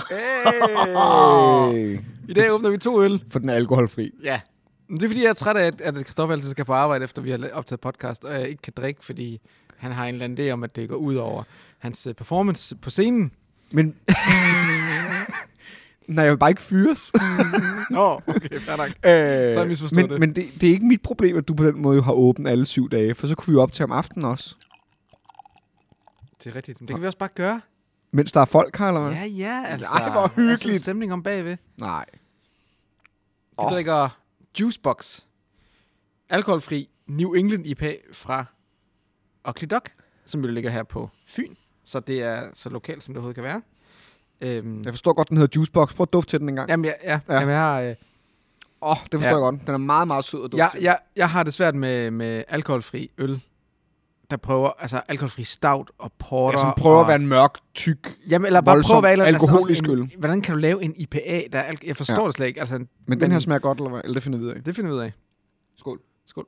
Hey. I dag åbner vi 2 øl. For den er alkoholfri. Ja. Men det er fordi, jeg er træt af, at Christoffer altid skal på arbejde, efter vi har optaget podcast, og jeg ikke kan drikke, fordi han har en eller anden idé om, at det går ud over hans performance på scenen. Men... Nej, jeg vil bare ikke fyres. Nå, okay, fair nok. Så har jeg misforstået det. Men det er ikke mit problem, at du på den måde jo har åbent alle 7 dage, for så kunne vi jo optage om aftenen også. Det er rigtigt. Men det kan vi også bare gøre. Mens der er folk her, eller hvad? Ja, altså. Ej, hvor hyggeligt. Altså, stemning om bagved. Nej. Vi drikker Juicebox. Alkoholfri New England IPA fra Ugly Duck, som jo ligger her på Fyn. Så det er så lokalt, som det overhovedet kan være. Jeg forstår godt, den hedder Juicebox. Prøv at dufte til den en gang. Jamen, ja. Jamen, jeg har... det forstår jeg godt. Den er meget, meget sød at dufte. Jeg har det svært med alkoholfri øl, der prøver, altså alkoholfri stout og porter. Ja, som prøver at være en mørk, tyk, jamen, eller bare prøve at være alkoholisk øl. Hvordan kan du lave en IPA, der jeg forstår det slet ikke. Altså, men den her smager godt, eller hvad? Eller det finder vi ud af? Det finder vi ud af. Skål. Skål.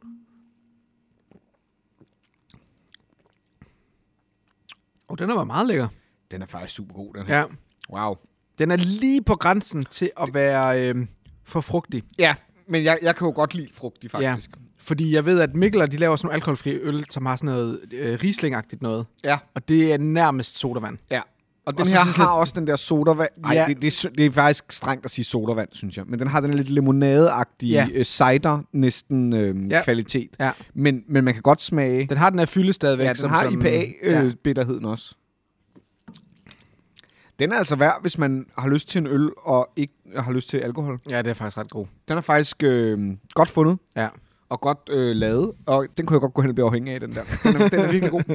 Den var meget lækker. Den er faktisk super god, den her. Ja. Wow. Den er lige på grænsen til at være for frugtig. Ja, men jeg kan jo godt lide frugtig, faktisk. Ja, fordi jeg ved, at Mikkeler, de laver sådan nogle alkoholfri øl, som har sådan noget Riesling-agtigt noget. Ja. Og det er nærmest sodavand. Ja. Og den her har også den der sodavand. Ej, ja. det er faktisk strengt at sige sodavand, synes jeg. Men den har den lidt limonadeagtige cider næsten kvalitet. Ja. Men man kan godt smage. Den har den her fylde stadigvæk. Ja, den har IPA-bitterheden også. Den er altså værd, hvis man har lyst til en øl og ikke har lyst til alkohol. Ja, det er faktisk ret god. Den er faktisk godt fundet. Ja. Og godt lavet. Og den kunne jeg godt gå hen og blive afhængig af, den der. Den er virkelig god.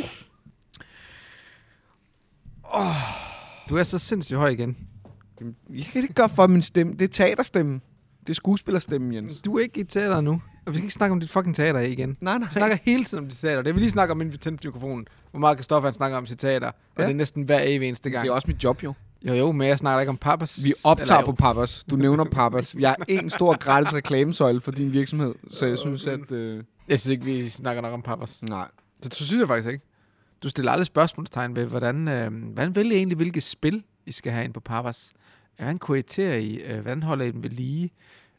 Du er så sindssygt høj igen. Jeg kan ikke gøre for min stemme. Det er teaterstemme. Det er skuespillerstemmen, Jens. Du er ikke i teater nu. Og vi skal ikke snakke om dit fucking teater igen. Nej. Vi snakker hele tiden om dit teater. Det vil lige snakke om, inden vi tændte mikrofonen. Hvor meget Christoffer snakker om sit teater. Og det er næsten hver evig eneste gang. Det er også mit job, jo. Jo, men jeg snakker ikke om Pappas. Vi optager på Pappas. Du nævner Pappas. Jeg er en stor gratis reklamesøjle for din virksomhed. Så jeg synes, at... Jeg synes ikke, vi snakker nok om Pappas. Nej. Det synes jeg faktisk ikke. Du stiller aldrig spørgsmålstegn ved, hvordan vælger I egentlig, hvilke spil I skal have ind på Pappas? Hvordan kuriterer I? Hvordan holder I dem ved lige?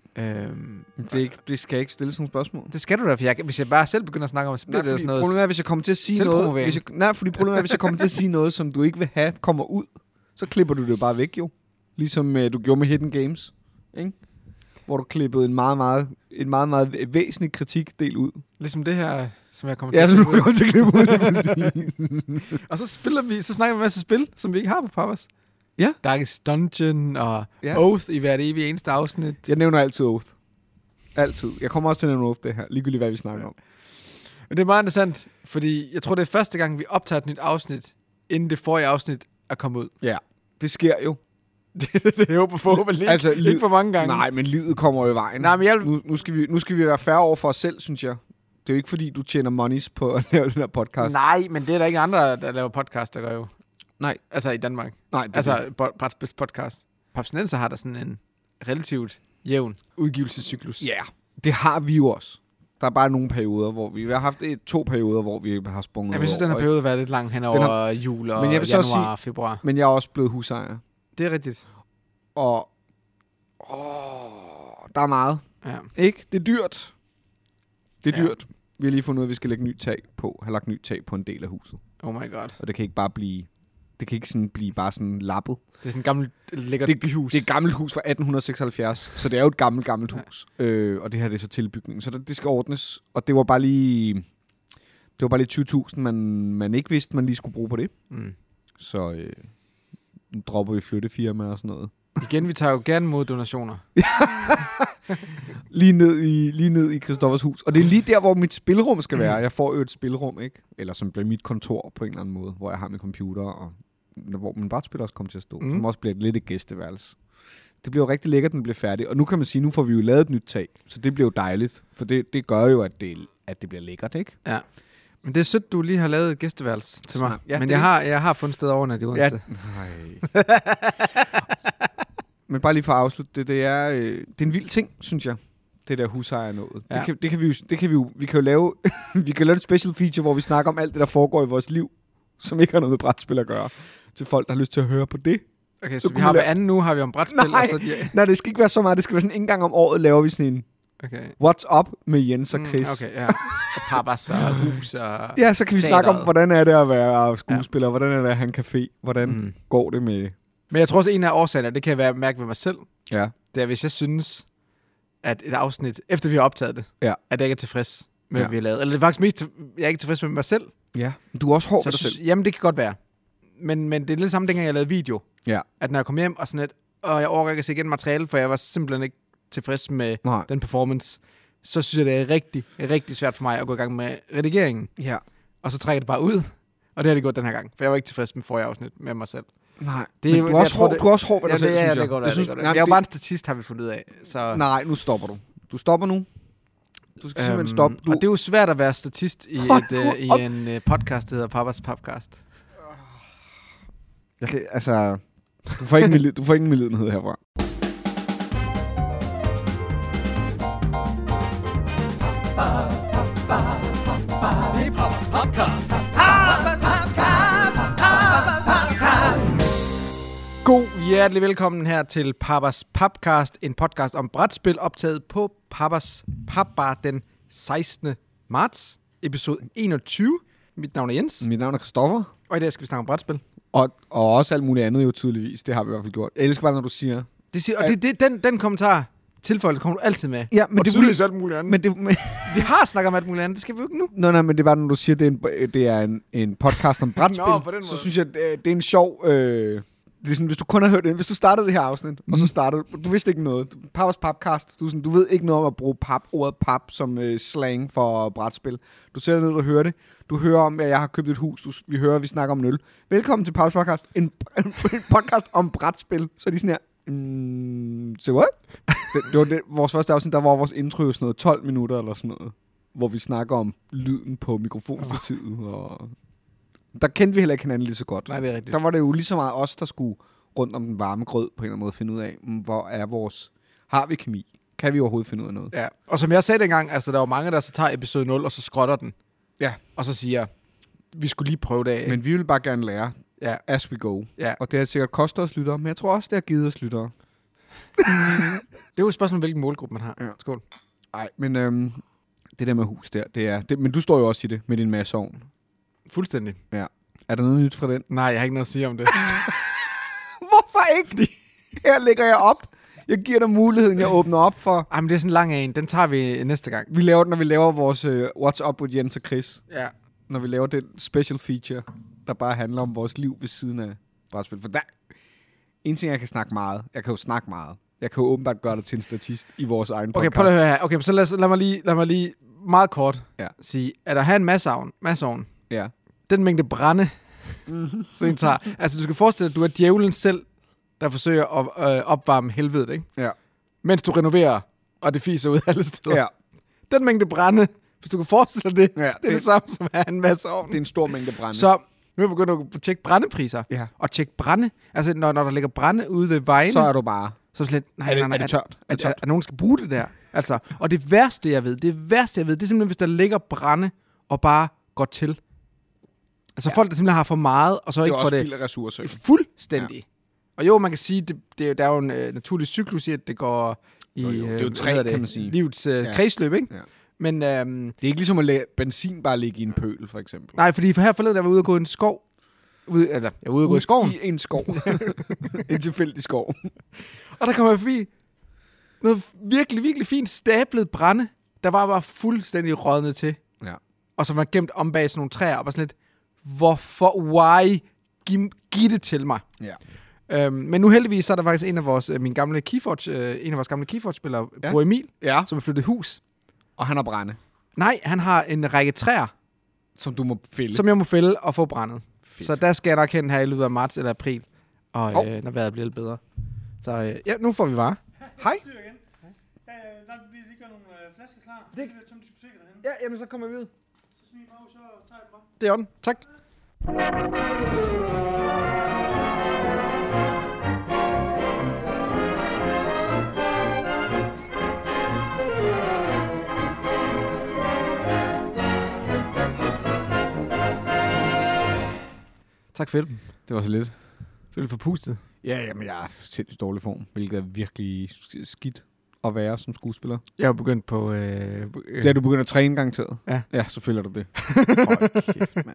Det skal jeg ikke stille sådan nogle spørgsmål. Det skal du da, for hvis jeg bare selv begynder at snakke om, så bliver det også noget... Problemet er, hvis jeg kommer til at sige noget... hvis jeg kommer til at sige noget, som du ikke vil have, kommer ud, så klipper du det jo bare væk, jo. Ligesom du gjorde med Hidden Games, ikke? Hvor du klippede en meget, meget væsentlig kritikdel ud. Ligesom det her, som jeg kommer til at klippe ud. Og så snakker vi en masse spil, som vi ikke har på Pappas. Ja. Darkest Dungeon og Oath i hvert evig eneste afsnit. Jeg nævner altid Oath. Altid. Jeg kommer også til at nævne Oath det her, ligegyldigt hvad vi snakker om. Men det er meget interessant, fordi jeg tror, det er første gang, vi optager et nyt afsnit, inden det forrige afsnit er kommet ud. Ja, det sker jo. det håber forhåbentlig altså, ikke for mange gange. Nej, men livet kommer jo i vejen. Nej, men nu skal vi være færre over for os selv, synes jeg. Det er jo ikke, fordi du tjener monies på at lave den her podcast. Nej, men det er der ikke andre, der laver podcast, der gør jo. Nej. Altså i Danmark. Nej. Altså podcast. Papsnenser har der sådan en relativt jævn udgivelsescyklus. Ja, yeah, det har vi jo også. Der er bare nogle perioder, hvor vi har haft 2 perioder, hvor vi har sprunget over. Jeg synes, den her periode har været lidt lang hen over jul og januar og februar. Men jeg er også blevet husejer. Det er rigtigt. Og der er meget. Ja. Ikke? Det er dyrt. Det er dyrt. Vi har lige fundet ud af, at vi skal lægge nyt tag på. Har lagt nyt tag på en del af huset. Oh my god. Og det kan ikke bare blive... Det kan ikke sådan blive bare sådan lappet. Det er sådan et gammelt lækkert byhus. Det er et gammelt hus fra 1876, så det er jo et gammelt hus. Og det her det er så tilbygningen. Så det skal ordnes. Og det var bare lige 20.000, man ikke vidste, man lige skulle bruge på det. Mm. Så nu dropper vi flyttefirma og sådan noget. Igen, vi tager jo gerne mod donationer. lige ned i Christoffers hus. Og det er lige der, hvor mit spilrum skal være. Jeg får jo et spilrum, ikke? Eller som bliver mit kontor på en eller anden måde, hvor jeg har min computer, og hvor min brætspil også kommer til at stå. Som også bliver lidt et gæsteværelse. Det bliver jo rigtig lækkert, den bliver færdig. Og nu kan man sige, nu får vi jo lavet et nyt tag. Så det bliver jo dejligt. For det gør jo, at det bliver lækkert, ikke? Ja. Men det er sødt, du lige har lavet et gæsteværelse til mig. Ja, men jeg har fundet sted overnat i Odense. Ja. Men bare lige for at afslutte det er en vild ting, synes jeg. Det der husejer noget. Ja. Det kan vi kan jo lave vi kan lave et special feature, hvor vi snakker om alt det der foregår i vores liv, som ikke har noget med brætspil at gøre, til folk der har lyst til at høre på det. Okay, så vi har hver anden nu, har vi om brætspil. Nej, og så nej, det skal ikke være så meget. Det skal være sådan en gang om året, laver vi sådan en okay. What's Up med Jens og Chris. Okay, ja. Og papas og hus og Ja, så kan vi snakke om, hvordan er det at være skuespiller, hvordan er det at have en café, hvordan går det med... Men jeg tror også, en af årsagerne, det kan være mærke ved mig selv, Ja. det er, hvis jeg synes, at et afsnit, efter vi har optaget det, at jeg ikke er tilfreds med, hvad vi har lavet. Eller det er faktisk mest, jeg er ikke tilfreds med mig selv. Ja, du er også hård for dig selv. Jamen, det kan godt være. Men det er lidt samme, dengang jeg lavede video. Ja. At når jeg kom hjem og sådan lidt, og jeg overgår ikke at se igen materiale, for jeg var simpelthen ikke tilfreds med den performance, så synes jeg, det er rigtig, rigtig svært for mig at gå i gang med redigeringen. Ja. Og så trækker jeg det bare ud, og det har det gjort den her gang. For jeg var ikke tilfreds med forrige afsnit med mig selv. Nej, men du er også hård for dig selv, synes jeg. Det går da. Jeg er jo bare en statist, har vi fundet ud af. Så... Nej, nu stopper du. Du stopper nu. Du skal simpelthen stoppe. Og det er jo svært at være statist i en podcast, der hedder Papas Podcast. Altså, du får ikke en medlidenhed herfra. Det er Papas Podcast. God hjertelig velkommen her til Papas Podcast, en podcast om brætspil optaget på Papas Papbar den 16. marts, episode 21. Mit navn er Jens. Mit navn er Christoffer. Og i dag skal vi snakke om brætspil. Og også alt muligt andet jo tydeligvis. Det har vi i hvert fald gjort. Jeg elsker bare, når du siger... Den kommentar, tilføjelse, kommer du altid med. Ja, men og det tydeligvis alt muligt andet. Men vi har snakket om alt muligt andet, det skal vi jo ikke nu. Nej, men det er bare, når du siger, det er en podcast om brætspil, så synes jeg, det er en sjov... Det er sådan, hvis du kun har hørt det, hvis du startede det her afsnit, og så startede du vidste ikke noget. Papas Papcast, du ved ikke noget om at bruge ordet pap som slang for brætspil. Du sætter ned og hører det. Du hører om, at jeg har købt et hus. Vi hører, at vi snakker om en øl. Velkommen til Papas Podcast, en podcast om brætspil. Så er de sådan her, so what? Det var vores første afsnit, der var vores intro jo sådan noget 12 minutter eller sådan noget, hvor vi snakker om lyden på mikrofonstativet og... Der kendte vi heller ikke hinanden lige så godt. Nej, det er rigtigt. Der var det jo lige så meget os, der skulle rundt om den varme grød på en eller anden måde finde ud af, hvor er vores... Har vi kemi? Kan vi overhovedet finde ud af noget? Ja, og som jeg sagde dengang, altså der var mange, der så tager episode 0, og så skrotter den. Ja. Og så siger, vi skulle lige prøve det af. Men vi vil bare gerne lære, as we go. Ja. Og det har sikkert kostet os lyttere, men jeg tror også, det har givet os lyttere. Det er jo et spørgsmål, hvilken målgruppe man har. Ja. Skål. Nej, men det der med hus der, det er... men du står jo også i det med din masseovn. Fuldstændig. Ja. Er der noget nyt fra den? Nej, jeg har ikke noget at sige om det. Hvorfor ikke? Her lægger jeg op. Jeg giver dig muligheden, jeg åbner op for. Jamen, det er sådan en lang en. Den tager vi næste gang. Vi laver den, når vi laver vores What's Up with Jens og Chris. Ja. Når vi laver den special feature, der bare handler om vores liv ved siden af brætspil. For der en ting, jeg kan snakke meget. Jeg kan jo snakke meget. Jeg kan jo åbenbart gøre dig til en statist i vores egen podcast. Okay, prøv at høre her. Okay, så lad mig lige meget kort sige, at der har en masseovn. Ja. Den mængde brænde, så den tager. Altså, du skal forestille dig, at du er djævlen selv, der forsøger at opvarme helvedet, ikke? Ja. Mens du renoverer, og det fiser ud alle steder. Ja. Den mængde brænde, hvis du kan forestille dig det, det er det samme som er en masseovn. Det er en stor mængde brænde. Så nu er jeg begyndt at tjekke brændepriser. Ja. Og tjekke brænde. Altså, når der ligger brænde ude ved vejen, så er du bare... Så slet, nej, er det tørt? At nogen skal bruge det der. Altså, og det værste, jeg ved, det er simpelthen, hvis der ligger brænde og bare går til. Altså folk, der simpelthen har for meget, og så ikke får det... Det er også spild af ressourcer. Fuldstændig. Ja. Og jo, man kan sige, der er jo en naturlig cyklus i, at det går i... det er jo træ, kan man sige. Livets kredsløb, ikke? Ja. Men... det er ikke ligesom at lade benzin bare ligge i en pøl, for eksempel. Nej, fordi her forleden, der var ude og gå i en skov. Jeg var ude og gå i skoven. I en skov. En tilfældig skov. Og der kommer jeg forbi noget virkelig, virkelig fint stablet brænde, der var bare fuldstændig rådnet til. Ja. Og som var gemt om bag sådan nogle træer, og bare sådan lidt, hvorfor, why, giv det til mig. Ja. Men nu heldigvis, så er der faktisk en af vores gamle Keyforge-spillere, Bro Emil, som har flyttet hus. Og han har brænde? Nej, han har en række træer. Som du må fælde? Som jeg må fælde og få brændet. Fedt. Så der skal jeg nok hen her i løbet af marts eller april, og når vejret bliver lidt bedre. Så nu får vi varer. Hej. Vi lige gør nogle flasker klar. Det som diskoteker derhen. Ja, jamen så kommer vi ud. Så smid mig ud, så tager jeg det bare. Det er den. Tak. Tak for hjælpen. Det var så lidt. Det var lidt forpustet. Ja, jamen jeg er sindssygt dårlig form, hvilket er virkelig skidt at være som skuespiller. Jeg er jo begyndt på... Da du begynder at træne garanteret? Ja. Ja, så føler du det. Hold kæft, mand.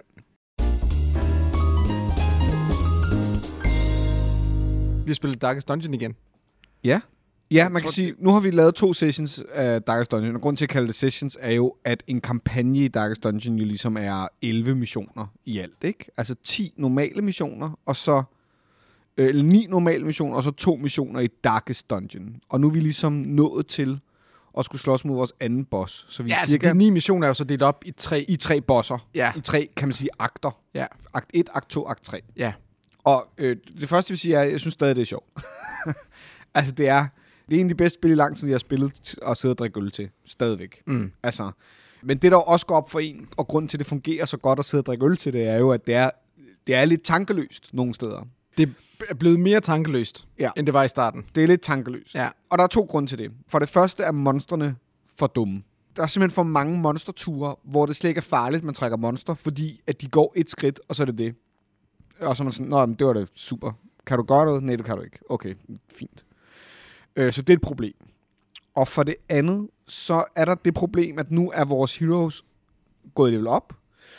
Vi har spillet Darkest Dungeon igen. Ja. Ja, man kan sige, nu har vi lavet 2 sessions af Darkest Dungeon, og grunden til at kalde det sessions er jo, at en kampagne i Darkest Dungeon jo ligesom er 11 missioner i alt, ikke? Altså 10 normale missioner, og så 9 normale missioner, og så 2 missioner i Darkest Dungeon. Og nu er vi ligesom nået til at skulle slås mod vores anden boss. Så vi Ja, cirka altså de 9 missioner er jo så delt op i 3 bosser. Ja. I 3, kan man sige, akter. Ja. Akt 1, akt 2, akt 3. Ja. Og det første, jeg vil sige, er, at jeg synes stadig, det er sjovt. Altså, det er en af de bedste spil i lang tid, jeg har spillet og siddet og drikke øl til. Stadigvæk. Mm. Altså, men det, der også går op for en, og grunden til, at det fungerer så godt at sidde og drikke øl til, det er jo, at det er lidt tankeløst nogle steder. Det er blevet mere tankeløst, end det var i starten. Det er lidt tankeløst. Ja. Og der er 2 grunde til det. For det første er monstrene for dumme. Der er simpelthen for mange monsterture, hvor det slet ikke er farligt, man trækker monster, fordi at de går 1 skridt, og så er det det. Og så er man sådan, nå, det var det super. Kan du gøre noget? Nej, det kan du ikke. Okay, fint. Så det er et problem. Og for det andet, så er der det problem, at nu er vores heroes gået level op,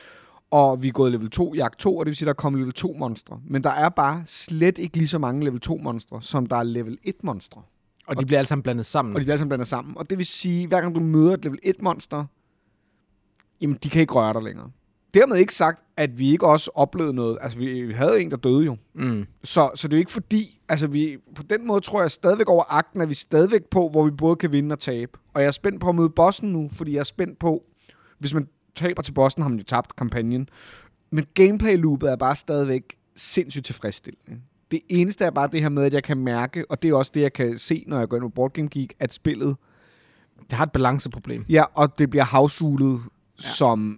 og vi er gået level 2 i akt 2, og det vil sige, at der er kommet level 2 monstre. Men der er bare slet ikke lige så mange level 2 monstre, som der er level 1 monstre. Og de bliver alle sammen blandet sammen. Og de bliver alle sammen blandet sammen. Og det vil sige, hver gang du møder et level 1 monster, jamen de kan ikke røre dig længere. Dermed ikke sagt, at vi ikke også oplevede noget. Altså, vi havde en, der døde jo. Mm. Så det er jo ikke fordi... Altså, vi, på den måde tror jeg stadigvæk over akten, at vi stadigvæk på, hvor vi både kan vinde og tabe. Og jeg er spændt på at møde bossen nu, fordi jeg er spændt på... Hvis man taber til bossen, har man jo tabt kampagnen. Men gameplay-loopet er bare stadigvæk sindssygt tilfredsstillende. Det eneste er bare det her med, at jeg kan mærke, og det er også det, jeg kan se, når jeg går ind på Board Game Geek, at spillet... Det har et balanceproblem. Ja, og det bliver house-rulet som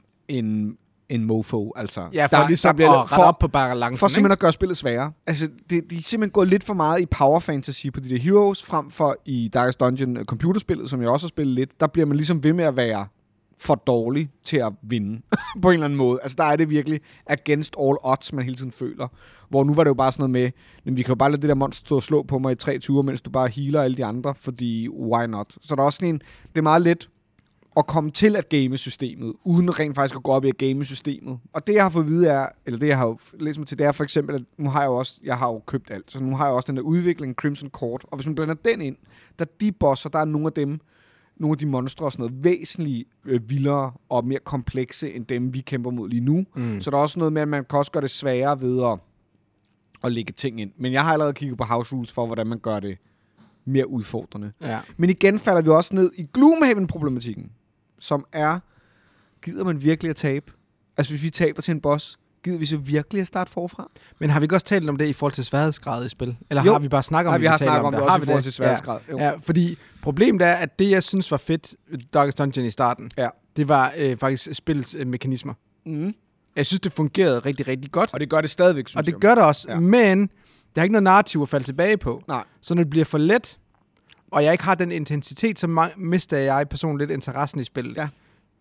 en mofo, altså. Ja, for ligesom at rette op på balancen. For simpelthen at gøre spillet sværere. Altså, de er simpelthen gået lidt for meget i power fantasy på de der heroes, frem for i Darkest Dungeon computerspillet, som jeg også har spillet lidt. Der bliver man ligesom ved med at være for dårlig til at vinde, på en eller anden måde. Altså, der er det virkelig against all odds, man hele tiden føler. Hvor nu var det jo bare sådan noget med, men vi kan jo bare lade det der monster stå og slå på mig i 3 ture, mens du bare healer alle de andre, fordi why not? Så der er også sådan en, det er meget let at komme til at game systemet, uden rent faktisk at gå op i at game systemet. Og det, jeg har fået at vide er, eller det, jeg har læst mig til, det er for eksempel, at nu har jeg har jo købt alt, så nu har jeg også den der udvikling, Crimson Court, og hvis man blander den ind, der de bosser, der er nogle af de monstre og sådan noget, væsentligt vildere og mere komplekse, end dem, vi kæmper mod lige nu. Mm. Så der er også noget med, at man kan også gøre det sværere ved at lægge ting ind. Men jeg har allerede kigget på house rules for, hvordan man gør det mere udfordrende. Ja. Men igen falder vi også ned i Gloomhaven-problematikken, som er, gider man virkelig at tabe? Altså hvis vi taber til en boss, gider vi så virkelig at starte forfra? Men har vi ikke også talt om det i forhold til sværhedsgrad i spil? Eller jo. Har vi bare snakket om det? Vi har snakket om det også i forhold til sværhedsgrad. Ja, fordi problemet er, at det jeg synes var fedt ved Darkest Dungeon i starten, det var faktisk spillets mekanismer. Mm. Jeg synes, det fungerede rigtig, rigtig godt. Og det gør det stadigvæk, synes jeg. Og det gør det også, men der er ikke noget narrativ at falde tilbage på. Nej. Så når det bliver for let, og jeg ikke har den intensitet, så mister jeg personligt lidt interessen i spillet. Ja.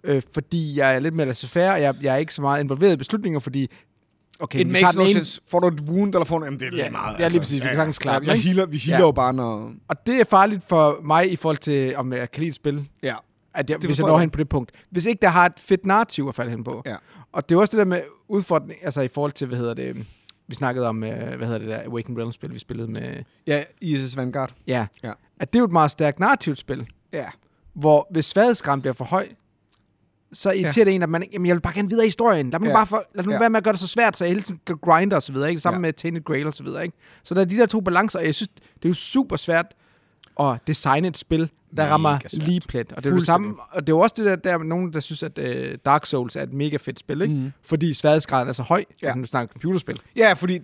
Fordi jeg er lidt mere laissez-faire, og jeg er ikke så meget involveret i beslutninger, fordi... Okay, it makes no sense. Får du et wound, eller får du... Jamen, det er lidt meget. Ja, lige præcis. Vi kan sagtens klare det. Vi healer jo bare, når... Og det er farligt for mig i forhold til, om jeg kan lide et spil. Ja. Hvis jeg når hen på det punkt. Hvis ikke der har et fedt narrativ at falde hen på. Ja. Og det er også det der med udfordring, altså i forhold til, vi snakkede om, Awakened Realms-spil, vi spillede med... Ja, ISS Vanguard. Ja. At det er jo et meget stærkt narrativt spil. Ja. Hvor hvis sværhedsgraden bliver for høj, så irriterer det en, at jamen, jeg vil bare gerne videre i historien. Lad nu være med at gøre det så svært, så jeg hele tiden kan grinde og så videre, ikke? Sammen med Tainted Grail og så videre, ikke? Så der er de der 2 balancer, og jeg synes, det er jo super svært at designe et spil, der rammer lige plet. Og det er jo det samme, og det er jo også det der er nogen, der synes, at Dark Souls er et mega fedt spil, ikke? Mm. Fordi sværhedsgraden er så høj, altså når du snakker computerspil. Ja, fordi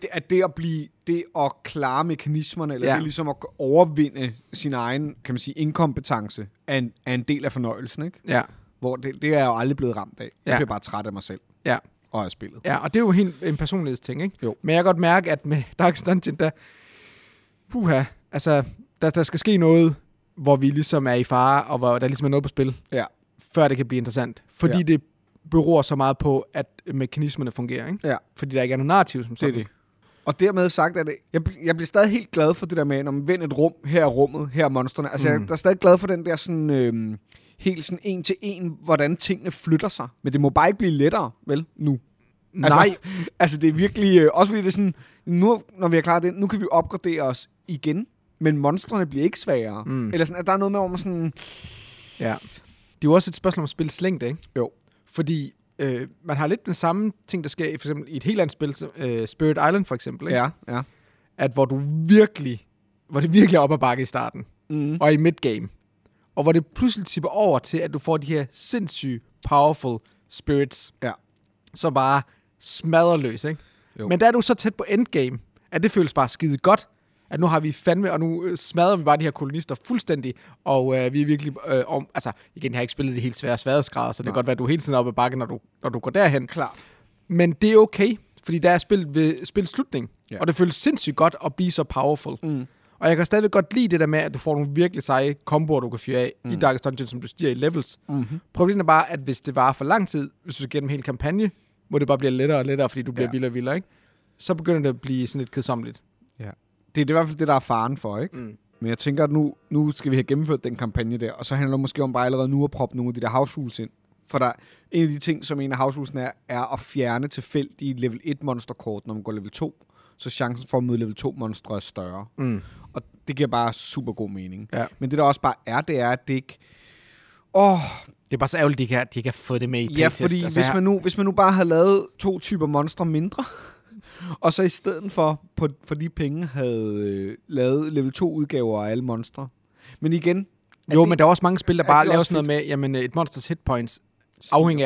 det at klare mekanismerne, eller det ligesom at overvinde sin egen, kan man sige, inkompetence, er en del af fornøjelsen, ikke? Ja. Hvor det er jeg jo aldrig blevet ramt af. Jeg bliver bare træt af mig selv. Ja. Og af spillet. Ja, og det er jo helt en personlighedsting, ikke? Jo. Men jeg kan godt mærke, at med Darkest Dungeon, der skal ske noget, hvor vi ligesom er i fare, og hvor der ligesom er noget på spil, før det kan blive interessant. Fordi det beror så meget på, at mekanismerne fungerer, ikke? Ja. Fordi der ikke er noget narrativ som sådan. Det er det. Og dermed sagt, at jeg bliver stadig helt glad for det der med, når man vender et rum, her er rummet, her er monstrene. Altså, jeg er stadig glad for den der sådan, helt sådan en til en, hvordan tingene flytter sig. Men det må bare ikke blive lettere, vel, nu? Nej. Altså, det er virkelig, også fordi det er sådan, nu, når vi er klar det, nu kan vi opgradere os igen, men monstrene bliver ikke sværere. Eller sådan, at der er noget med, hvor man sådan... Ja. Det er jo også et spørgsmål om spillets længde, ikke? Jo. Fordi man har lidt den samme ting, der sker for eksempel i et helt andet spil, Spirit Island for eksempel, ikke? Ja. At hvor det virkelig er op ad bakke i starten, og i midgame, og hvor det pludselig tipper over til, at du får de her sindssyge, powerful spirits, som bare smadrer løs, ikke? Jo. Men der er du så tæt på endgame, at det føles bare skide godt, at nu har vi fandme, og nu smadrer vi bare de her kolonister fuldstændig, og vi er virkelig, altså, igen, jeg har ikke spillet de helt svære sværhedsgrader, så det kan godt være, at du hele tiden er oppe ad bakken, når du går derhen. Klar. Men det er okay, fordi der er spillet ved spilslutning, og det føles sindssygt godt at blive så powerful. Og jeg kan stadigvæk godt lide det der med, at du får nogle virkelig seje komboer, du kan fyre af i Darkest Dungeon, som du stiger i levels. Problemet er bare, at hvis det varer for lang tid, hvis du skal gennem hele kampagne, må det bare blive lettere og lettere, fordi du bliver vildere og vildere, ikke? Så begynder det at blive sådan lidt kedsommeligt. Ja. Det er i hvert fald det, der er faren for, ikke? Men jeg tænker, at nu skal vi have gennemført den kampagne der, og så handler det måske om bare allerede nu at proppe nogle af de der house rules ind. For der en af de ting, som en af house rulesene er at fjerne tilfældige level 1 monsterkort, når man går level 2. Så chancen for at møde level 2 monstre er større. Og det giver bare super god mening. Ja. Men det der også bare er, det er, at det ikke... Det er bare så ærgerligt, at de ikke har fået det med i playtest. Ja, fordi altså, hvis man nu bare havde lavet 2 typer monstre mindre, og så i stedet for de penge havde lavet level 2 udgaver af alle monstre. Men igen... men der er også mange spil, der bare laver sådan noget med, jamen et monsters hitpoints afhænger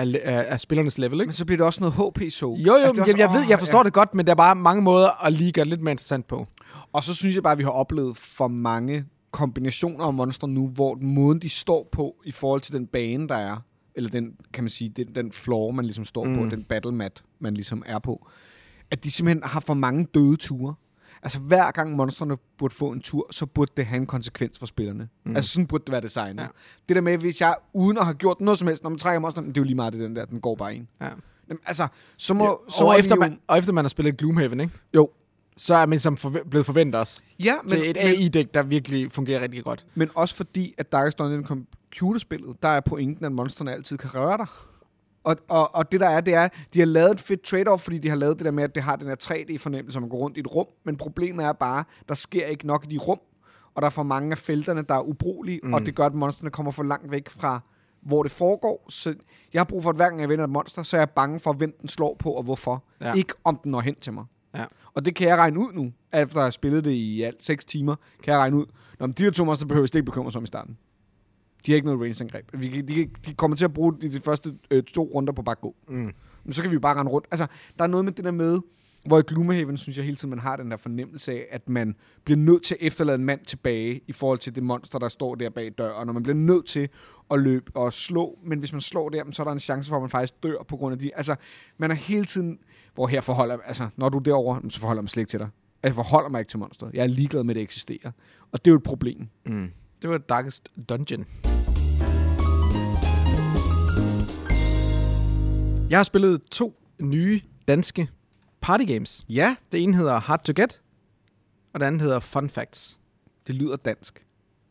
af spillernes level, ikke? Men så bliver det også noget HP-så. Jo, altså, jeg forstår det godt, men der er bare mange måder at lige gøre det lidt mere interessant på. Og så synes jeg bare, at vi har oplevet for mange kombinationer af monstre nu, hvor måden de står på i forhold til den bane, der er, eller den, kan man sige, den floor, man ligesom står på, den battle mat, man ligesom er på, at de simpelthen har for mange døde ture. Altså hver gang monstrene burde få en tur, så burde det have en konsekvens for spillerne. Altså sådan burde det være designet. Ja. Det der med, hvis jeg uden at have gjort noget som helst, når man trækker monsterne, det er jo lige meget det den der, den går bare ind. Ja. Jamen, altså, så må... efter man har spillet Gloomhaven, ikke? Jo. Så er man ligesom blevet forventet os. Ja, men... Til et AI-dæk, der virkelig fungerer rigtig godt. Men også fordi, at Darkest Dungeon computerspillet, der er pointen, at monstrene altid kan røre dig. Og det der er, det er, de har lavet et fedt trade-off, fordi de har lavet det der med, at det har den her 3D-fornemmelse, som man går rundt i et rum. Men problemet er bare, der sker ikke nok i de rum, og der er for mange af felterne, der er ubrugelige, og det gør, at monsterne kommer for langt væk fra, hvor det foregår. Så jeg har brug for, at hver gang jeg vender et monster, så er jeg bange for, hvem den slår på, og hvorfor. Ja. Ikke om den når hen til mig. Ja. Og det kan jeg regne ud nu, efter at have spillet det i alt 6 timer, kan jeg regne ud. Når de her 2 monster behøver jeg ikke bekymre sig om i starten. De har ikke noget range-angreb. De kommer til at bruge de første 2 runder på bare gå. Men så kan vi jo bare rende rundt. Altså, der er noget med det der med, hvor i Gloomhaven, synes jeg hele tiden, man har den der fornemmelse af, at man bliver nødt til at efterlade en mand tilbage i forhold til det monster, der står der bag døren. Og man bliver nødt til at løbe og slå. Men hvis man slår der, så er der en chance for, at man faktisk dør på grund af de... Altså, man er hele tiden... Hvor her forholder... Altså, når du er derovre, så forholder man slet ikke til dig. Jeg forholder mig ikke til monsteret. Jeg er ligeglad med, at det eksisterer. Og det er jo et problem. Det var Darkest Dungeon. Jeg har spillet 2 nye danske partygames. Ja. Det ene hedder Hard to Get, og det andet hedder Fun Facts. Det lyder dansk.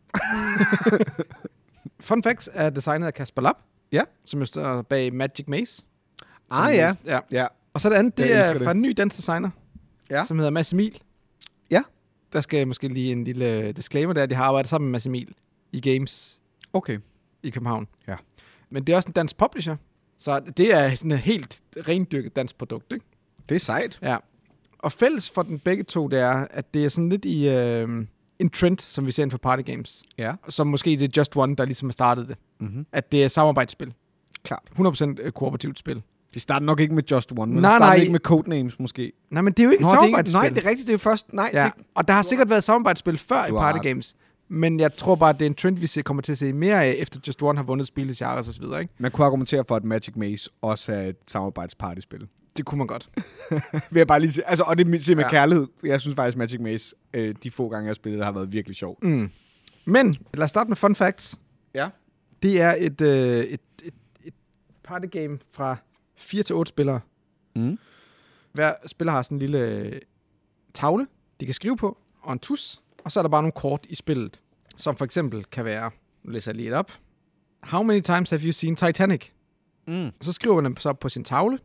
Fun Facts er designet af Kasper Lapp, ja, som jo står bag Magic Maze. Ja. Og så det andet, det er fra en ny dansk designer, som hedder Mads Emil. Ja. Der skal jeg måske lige en lille disclaimer der. De har arbejdet sammen med Mads Emil i Games i København. Ja. Men det er også en dansk publisher. Så det er sådan et helt rendyrket dansk produkt, ikke? Det er sejt. Ja. Og fælles for den begge to, det er, at det er sådan lidt i en trend, som vi ser inden for party games. Ja. Som måske det er Just One, der ligesom har startet det. At det er samarbejdsspil. Klart. 100% kooperativt spil. Det starter nok ikke med Just One, men det starter ikke med Codenames måske. Nej, men det er jo ikke et samarbejdsspil. Nej, det er rigtigt, det er jo først... Nej, ja. Og der har sikkert været samarbejdsspil før i party games. Men jeg tror bare, at det er en trend, vi kommer til at se mere af, efter Just One har vundet spil i Charas og så videre, ikke? Man kunne argumentere for, at Magic Maze også er et samarbejdspartyspil. Det kunne man godt. Vil jeg bare lige sige. Altså, og det siger med kærlighed. Jeg synes faktisk, Magic Maze, de få gange, jeg har spillet, har været virkelig sjovt. Men lad os starte med Fun Facts. Ja. Det er et partygame fra 4 til 8 spillere. Hver spiller har sådan en lille tavle, de kan skrive på, og en tus, og så er der bare nogle kort i spillet, som for eksempel kan være, nu læser jeg lige op, How many times have you seen Titanic? Og så skriver man så på sin tavle,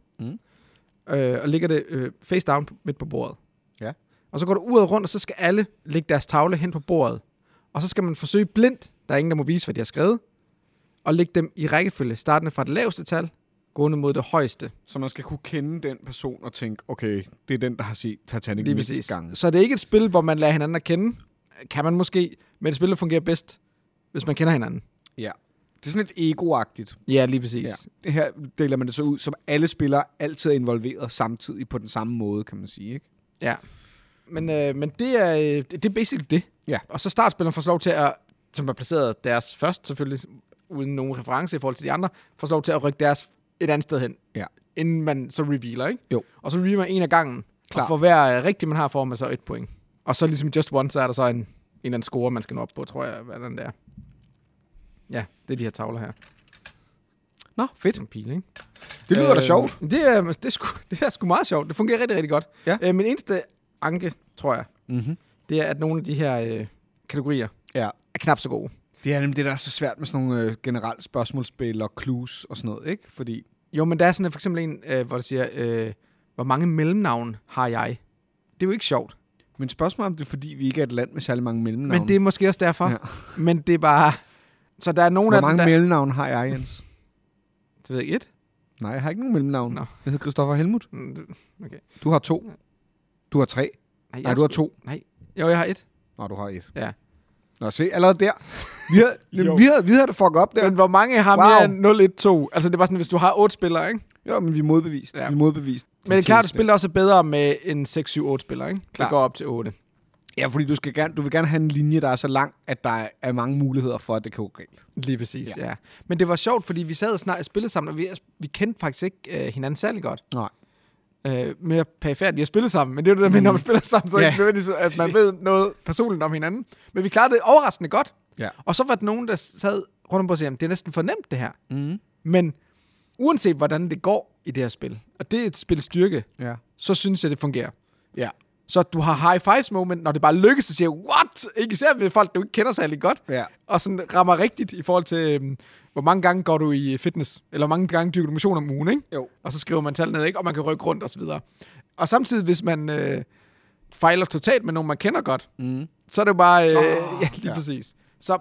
og lægger det face down midt på bordet. Ja. Og så går du uret rundt, og så skal alle lægge deres tavle hen på bordet. Og så skal man forsøge blindt, der er ingen, der må vise, hvad de har skrevet, og lægge dem i rækkefølge, startende fra det laveste tal, gående mod det højeste. Så man skal kunne kende den person og tænke, okay, det er den, der har set Titanic Lige mindst præcis. gange. Så det er ikke et spil, hvor man lærer hinanden at kende. Kan man måske, men et spil, der fungerer bedst, hvis man kender hinanden. Ja. Det er sådan lidt ego-agtigt. Ja, lige præcis. Ja. Det her deler man det så ud, som alle spillere altid er involveret samtidig på den samme måde, kan man sige, ikke? Ja. Men det er basically det. Ja. Og så startspilleren får lov til at, som er placeret deres først, selvfølgelig uden nogen reference i forhold til de andre, får lov til at rykke deres et andet sted hen. Ja. Inden man så revealer, ikke? Jo. Og så revealer man en af gangen. Klar. Og for hver rigtig man har, får man så 1 point. Og så ligesom Just One, så er der så en eller anden score, man skal nå op på, tror jeg, hvad den der. Ja, det er de her tavler her. Nå, fedt. En pil, ikke? Det lyder da sjovt. Det er sgu meget sjovt. Det fungerer rigtig, rigtig godt. Ja. Min eneste anke, tror jeg, det er, at nogle af de her kategorier Ja. er knap så gode. Det er nemlig det, der er så svært med sådan nogle generelle spørgsmålsspil og clues og sådan noget, ikke? Fordi... Jo, men der er sådan for eksempel en, hvor der siger, hvor mange mellemnavn har jeg? Det er jo ikke sjovt. Men spørgsmålet om det er, fordi vi ikke er et land med særlig mange mellemnavne. Men det er måske også derfor. Ja. Men det er bare... Så der er nogle Hvor af dem, mange der... mellemnavne har jeg, Jens? Det ved jeg ikke. Nej, jeg har ikke nogen mellemnavne. Nå. Jeg hedder Christoffer Helmut. Okay. Du har 2. Du har 3. Nej, du har 2. Nej. Jo, jeg har 1. Nå, du har 1. Ja. Nå, se, allerede der. Vi havde det fuck op der. Men hvor mange har mere end 0, 1, 2? Altså, det er bare sådan, hvis du har 8 spillere, ikke? Jo, men vi er modbevist. Ja. Vi er modbevist. Men det er klart, at du spiller også bedre med en 6, 7, 8 spillere, ikke? Klar. Det går op til 8. Ja, fordi du vil gerne have en linje, der er så lang, at der er mange muligheder for, at det kan gå galt. Lige præcis, ja. Men det var sjovt, fordi vi sad og snart spillede sammen, og vi kendte faktisk ikke hinanden særlig godt. Nej. Mere perifært, vi har spillet sammen, men det er jo det der med, når man spiller sammen, så er det ikke nødvendigvis, at man ved noget personligt om hinanden. Men vi klarede det overraskende godt. Ja. Og så var der nogen, der sad rundt om på og sagde, det er næsten for nemt det her. Mm. Men uanset hvordan det går i det her spil, og det er et spil styrke, Ja. så synes jeg, det fungerer. Ja. Så du har high fives moment, når det bare lykkes, så siger what? Ikke især ved folk, du ikke kender særlig godt. Ja. Og sådan rammer rigtigt i forhold til, hvor mange gange går du i fitness, eller hvor mange gange dyrker du motion om ugen, ikke? Jo. Og så skriver man tal ned, ikke? Og man kan rykke rundt og så videre. Og samtidig, hvis man fejler totalt med nogen, man kender godt, så er det jo bare, ja, lige præcis. Så,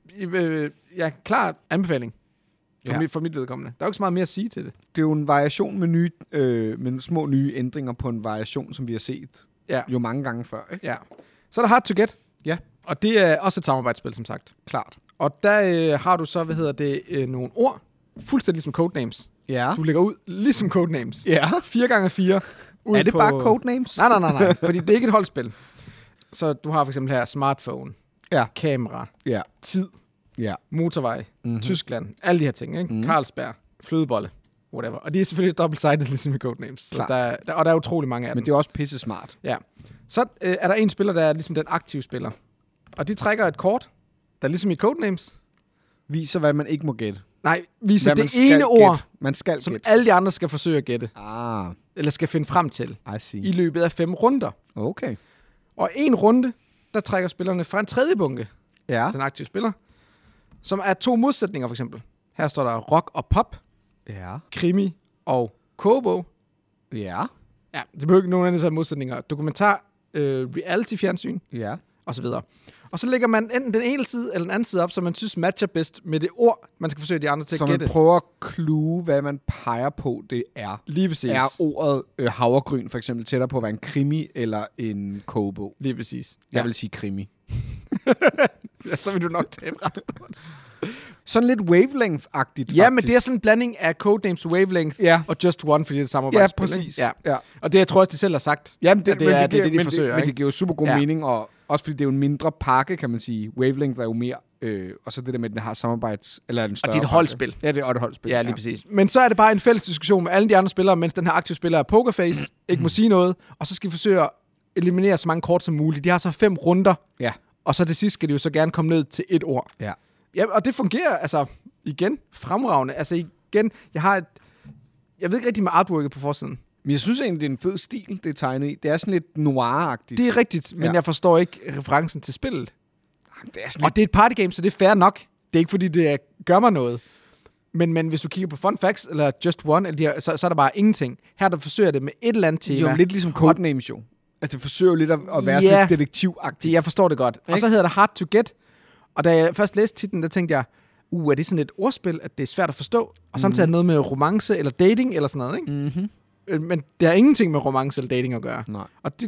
klar anbefaling for mit vedkommende. Der er jo ikke så meget mere at sige til det. Det er jo en variation med med små nye ændringer på en variation, som vi har set jo mange gange før, ikke? Ja. Så er der Hard to Get. Ja. Og det er også et samarbejdsspil, som sagt. Klart. Og der har du så, nogle ord, fuldstændig ligesom Codenames. Ja. Du lægger ud ligesom Codenames. Ja. 4x4. Er det bare Codenames? Nej, fordi det er ikke et holdspil. Så du har for eksempel her smartphone, kamera, tid, motorvej, Tyskland, alle de her ting, ikke? Carlsberg, flødebolle, whatever. Og de er selvfølgelig double-sided, ligesom i Codenames. Så der er utrolig mange af dem. Men det er også pisse smart. Ja. Så er der en spiller, der er ligesom den aktive spiller. Og de trækker et kort, der ligesom i Codenames Viser, hvad man ikke må gætte. Nej, viser det ene ord, man skal som gætte. alle de andre skal forsøge at gætte. Ah, Eller skal finde frem til. I see. I løbet af 5 runder. Okay. Og en runde, der trækker spillerne fra en tredje bunke. Ja. Den aktive spiller. Som er 2 modsætninger, for eksempel. Her står der rock og pop, Ja. krimi og kobo. Ja. Ja, det behøver ikke nogen af de her modsætninger. Dokumentar, reality-fjernsyn, Ja. og så videre. Og så lægger man enten den ene side eller den anden side op, som man synes matcher bedst med det ord, man skal forsøge de andre til Så at gætte. man prøver at clue, hvad man peger på, det er. Lige præcis. Er ordet havregryn for eksempel tættere på at være en krimi eller en kobo? Lige præcis. Jeg vil sige krimi. Ja, så vil du nok tabe resten. Sådan lidt wavelength-agtigt, faktisk. Ja, men det er sådan en blanding af Codenames Wavelength og Just One, fordi det er samarbejdsspil. Ja, præcis. Ja. Ja. Og det, jeg tror også, de selv har sagt, Jamen, at det er det, de forsøger. Men det giver jo super god mening, og også fordi det er jo en mindre pakke, kan man sige. Wavelength er jo mere, og så det der med, at den har samarbejds... Eller en større og det er et holdspil. Ja, det er et holdspil. Ja, lige præcis. Men så er det bare en fælles diskussion med alle de andre spillere, mens den her aktive spiller er pokerface, ikke må sige noget, og så skal vi forsøge at eliminere så mange kort som muligt. De har så 5 runder, og så det sidste skal de jo så gerne komme ned til 1 ord. Ja. Ja, og det fungerer, altså, igen, fremragende. Altså igen, jeg ved ikke rigtig med artworket på forsiden, Men jeg synes egentlig, det er en fed stil, det er tegnet i. Det er sådan lidt noir-agtigt. Det er rigtigt, men jeg forstår ikke referencen til spillet. Det er sådan Og det er et partygame, så det er fair nok. Det er ikke, fordi det gør mig noget. Men hvis du kigger på Fun Facts, eller Just One, eller så er der bare ingenting. Her der forsøger det med et eller andet tema. jo lidt ligesom Codenames jo. Altså, det forsøger jo lidt at være sådan lidt detektivagtigt. Jeg forstår det godt. Og så hedder det Hard to Get. Og da jeg først læste titlen, der tænkte jeg, er det sådan et ordspil, at det er svært at forstå? Og samtidig er det noget med romance eller dating eller sådan noget, ikke? Mm-hmm. Men det har ingenting med romance eller dating at gøre. Nej. Og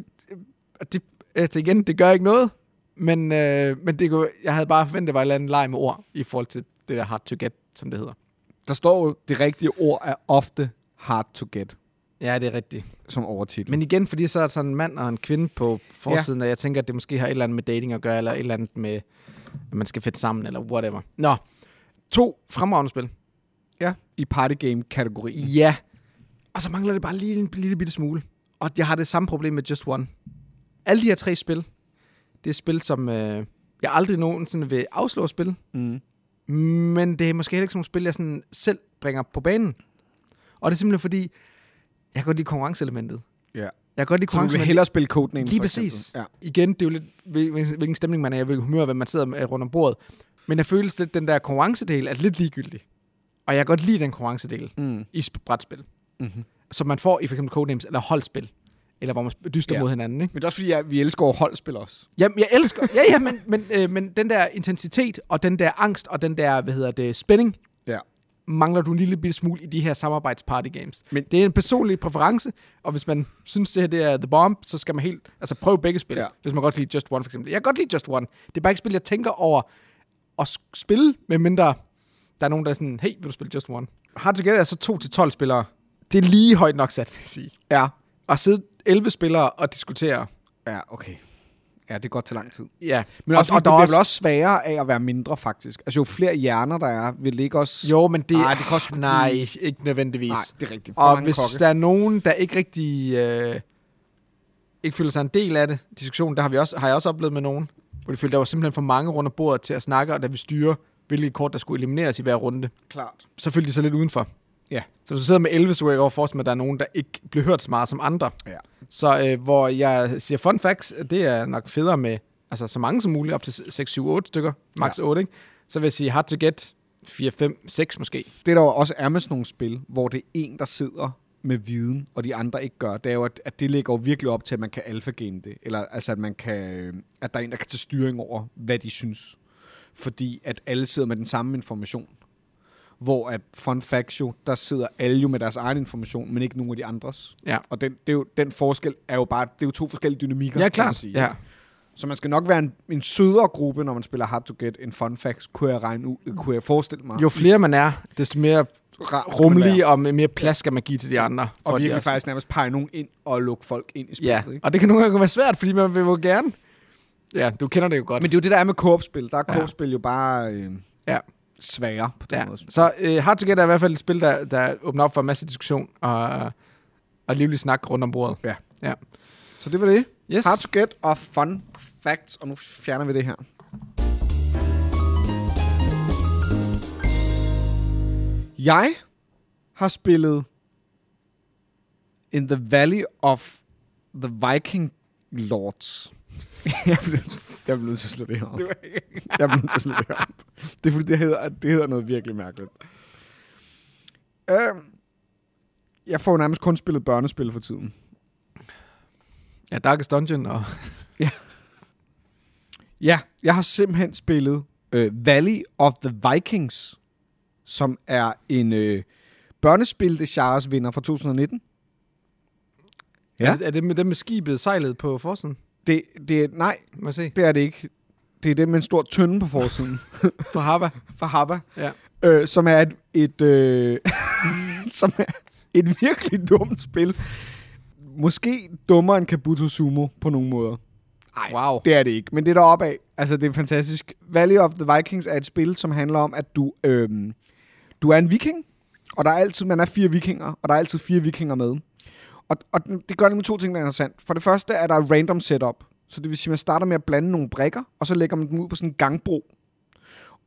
det gør ikke noget. Men jeg havde bare forventet, at det var en eller anden leg med ord i forhold til det der Hard to Get, som det hedder. Der står jo, det rigtige ord er ofte hard to get, Ja, det er rigtigt. som overtitel. Men igen, fordi så er der sådan en mand og en kvinde på forsiden, og jeg tænker, at det måske har et eller andet med dating at gøre, eller et eller andet med, at man skal fedte sammen, eller whatever. Nå, 2 fremragende spil. Ja, i partygame-kategorien. Ja. Og så mangler det bare lige en lille bitte smule. Og jeg har det samme problem med Just One. Alle de her 3 spil, det er spil, som jeg aldrig nogensinde vil afslå at spille. Mm. Men det er måske heller ikke sådan nogle spil, jeg sådan selv bringer på banen. Og det er simpelthen fordi, jeg kan godt lide konkurrenceelementet. Ja. Jeg kan godt lide Så du vil hellere spille Codenames, Lige for præcis. eksempel. Ja. Igen, det er jo lidt, hvilken stemning man er, hvilken humør, hvem man sidder med rundt om bordet. Men jeg føles lidt, den der konkurrencedel er lidt ligegyldig. Og jeg kan godt lide den konkurrencedel i brætspil. Mm-hmm. Som man får i for eksempel Codenames eller holdspil. Eller hvor man dyster mod hinanden, ikke? Men det er også fordi, vi elsker holdspil også. Jamen, jeg elsker... men den der intensitet, og den der angst, og den der, spænding, mangler du en lille bitte smule i de her samarbejdspartygames. Men det er en personlig præference, og hvis man synes, det her det er The Bomb, så skal man prøve begge spil, hvis man godt lide Just One for eksempel. Jeg kan godt lide Just One. Det er bare ikke spil, jeg tænker over at spille, medmindre der er nogen, der er sådan, hey, vil du spille Just One? Hard to Get er så 2-12 spillere. Det er lige højt nok sat, vil jeg sige. Ja. Og sidde 11 spillere og diskutere. Ja, okay. Ja, det går til lang tid. Ja. Men også, og det bliver vel også sværere af at være mindre, faktisk. Altså, jo flere hjerner der er, vil det ikke også... Jo, men det... det kan også... Nej, ikke nødvendigvis. Nej, det er rigtigt. Og hvis der er nogen, der ikke rigtig... ikke føler sig en del af det, diskussionen, har jeg også oplevet med nogen, hvor de følte, der var simpelthen for mange rundt om bordet til at snakke, og da vi styrer, hvilke kort, der skulle elimineres i hver runde. Klart. Så følte de sig lidt udenfor. Ja. Så hvis du sidder med 11, så kan jeg forestille mig, at der er nogen, der ikke bliver hørt så meget som andre. Ja. Så hvor jeg siger fun facts, det er nok federe med altså så mange som muligt, op til 6, 7, 8 stykker, max 8, ikke? Så vil jeg sige hard to get 4, 5, 6 måske. Det der jo også er med sådan nogle spil, hvor det er en, der sidder med viden, og de andre ikke gør, det er jo, at det ligger jo virkelig op til, at man kan alfagame det. Eller altså, at der er en, der kan tage styring over, hvad de synes. Fordi at alle sidder med den samme information. Hvor at fun facts jo, der sidder alle jo med deres egen information, men ikke nogen af de andres. Ja. Og den forskel er jo bare, det er jo 2 forskellige dynamikker. Ja, klart. Sige. Ja. Så man skal nok være en sødere gruppe, når man spiller Hard to Get en fun facts, kunne jeg forestille mig. Jo flere man er, desto mere rummelig og mere plads skal man give til de andre. Og virkelig faktisk nærmest pege nogen ind og lukke folk ind i spillet. Ja, ikke? og det kan nogle gange være svært, fordi man vil jo gerne. Ja, du kender det jo godt. Men det er jo det, der er med co-op-spil. Der er co-op-spil jo bare svære på den måde. Så Hard to Get er i hvert fald et spil, der åbner op for en masse diskussion og livlig snak rundt om bordet. Ja. Så det var det. Yes. Hard to Get og fun facts. Og nu fjerner vi det her. Jeg har spillet In the Valley of the Viking Lords. Jeg bliver nødt til at slå det her op. Det er fordi, det hedder noget virkelig mærkeligt. Jeg får nærmest kun spillet børnespil for tiden. Ja, Darkest Dungeon og... Ja, jeg har simpelthen spillet Valley of the Vikings, som er en børnespil, det Charles vinder fra 2019. Ja. Er det med dem med skibet sejlet på forsiden? Nej, må jeg se. Det er det ikke. Det er det med en stor tønde på forsiden. For Habba. Ja. Som er som er et virkelig dumt spil. Måske dummere end Kabuto Sumo på nogle måder. Ej, wow. Det er det ikke, men det er deroppe af. Altså, det er fantastisk. Valley of the Vikings er et spil, som handler om, at du er en viking, og man er 4 vikinger, og der er altid 4 vikinger med. Og det gør nemlig 2 ting, der er interessant. For det første er der et random setup. Så det vil sige, at man starter med at blande nogle brikker, og så lægger man dem ud på sådan en gangbro.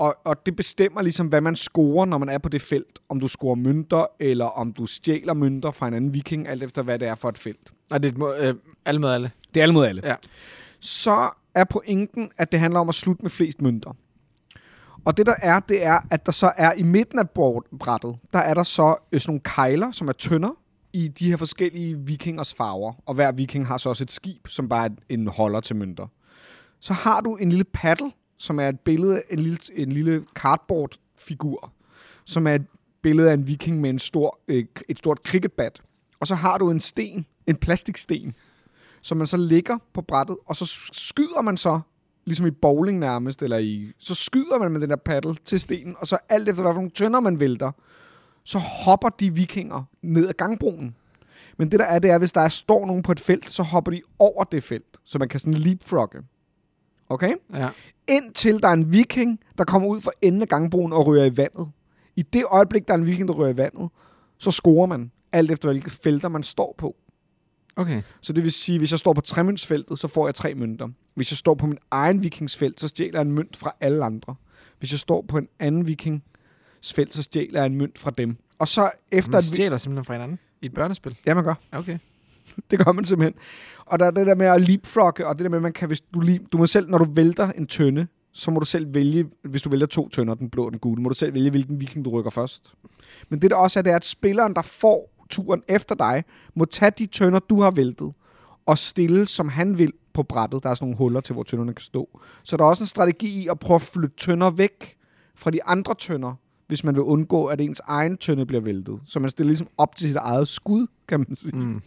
Og det bestemmer ligesom, hvad man scorer, når man er på det felt. Om du scorer mønter, eller om du stjæler mønter fra en anden viking, alt efter hvad det er for et felt. Og det er alle mod alle. Det er alle mod alle. Ja. Så er pointen, at det handler om at slutte med flest mønter. Og det er, at der så er i midten af brættet, der er der så sådan nogle kejler, som er tønder i de her forskellige vikingers farver. Og hver viking har så også et skib, som bare er en holder til mønter. Så har du en lille paddle, som er et billede, en lille cardboard-figur, som er et billede af en viking med et stort cricketbat. Og så har du en sten, en plastiksten, som man så lægger på brættet, og så skyder man så, ligesom i bowling nærmest, så skyder man med den der paddle til stenen, og så alt efter hvad for nogle tønder man vælter, så hopper de vikinger ned ad gangbroen. Men det er, hvis der står nogen på et felt, så hopper de over det felt, så man kan sådan leapfrogge. Okay? Ja. Indtil der er en viking, der kommer ud fra enden af gangbroen og ryger i vandet. I det øjeblik, der er en viking, der ryger i vandet, så scorer man, alt efter hvilke felter man står på. Okay. Så det vil sige, hvis jeg står på tremøntsfeltet, så får jeg 3 mønter. Hvis jeg står på min egen vikingsfelt, så stjæler jeg en mønt fra alle andre. Hvis jeg står på en anden vikingsfelt, så stjæler jeg en mønt fra dem. Og så efter... Man stjæler simpelthen fra hinanden i et børnespil? Ja, man gør. Okay. Det gør man simpelthen. Og der er det der med at leapfrogge, og det der med, at man kan, hvis du må selv, når du vælter en tønde, så må du selv vælge, hvis du vælger 2 tønder, den blå og den gule, må du selv vælge, hvilken viking du rykker først. Men det der også er, det er, at spilleren, der får turen efter dig, må tage de tønder, du har væltet, og stille, som han vil på brættet. Der er sådan nogle huller til, hvor tønderne kan stå. Så der er også en strategi i at prøve at flytte tønder væk fra de andre tønder, hvis man vil undgå, at ens egen tønde bliver væltet. Så man stiller ligesom op til sit eget skud, kan man sige. Mm.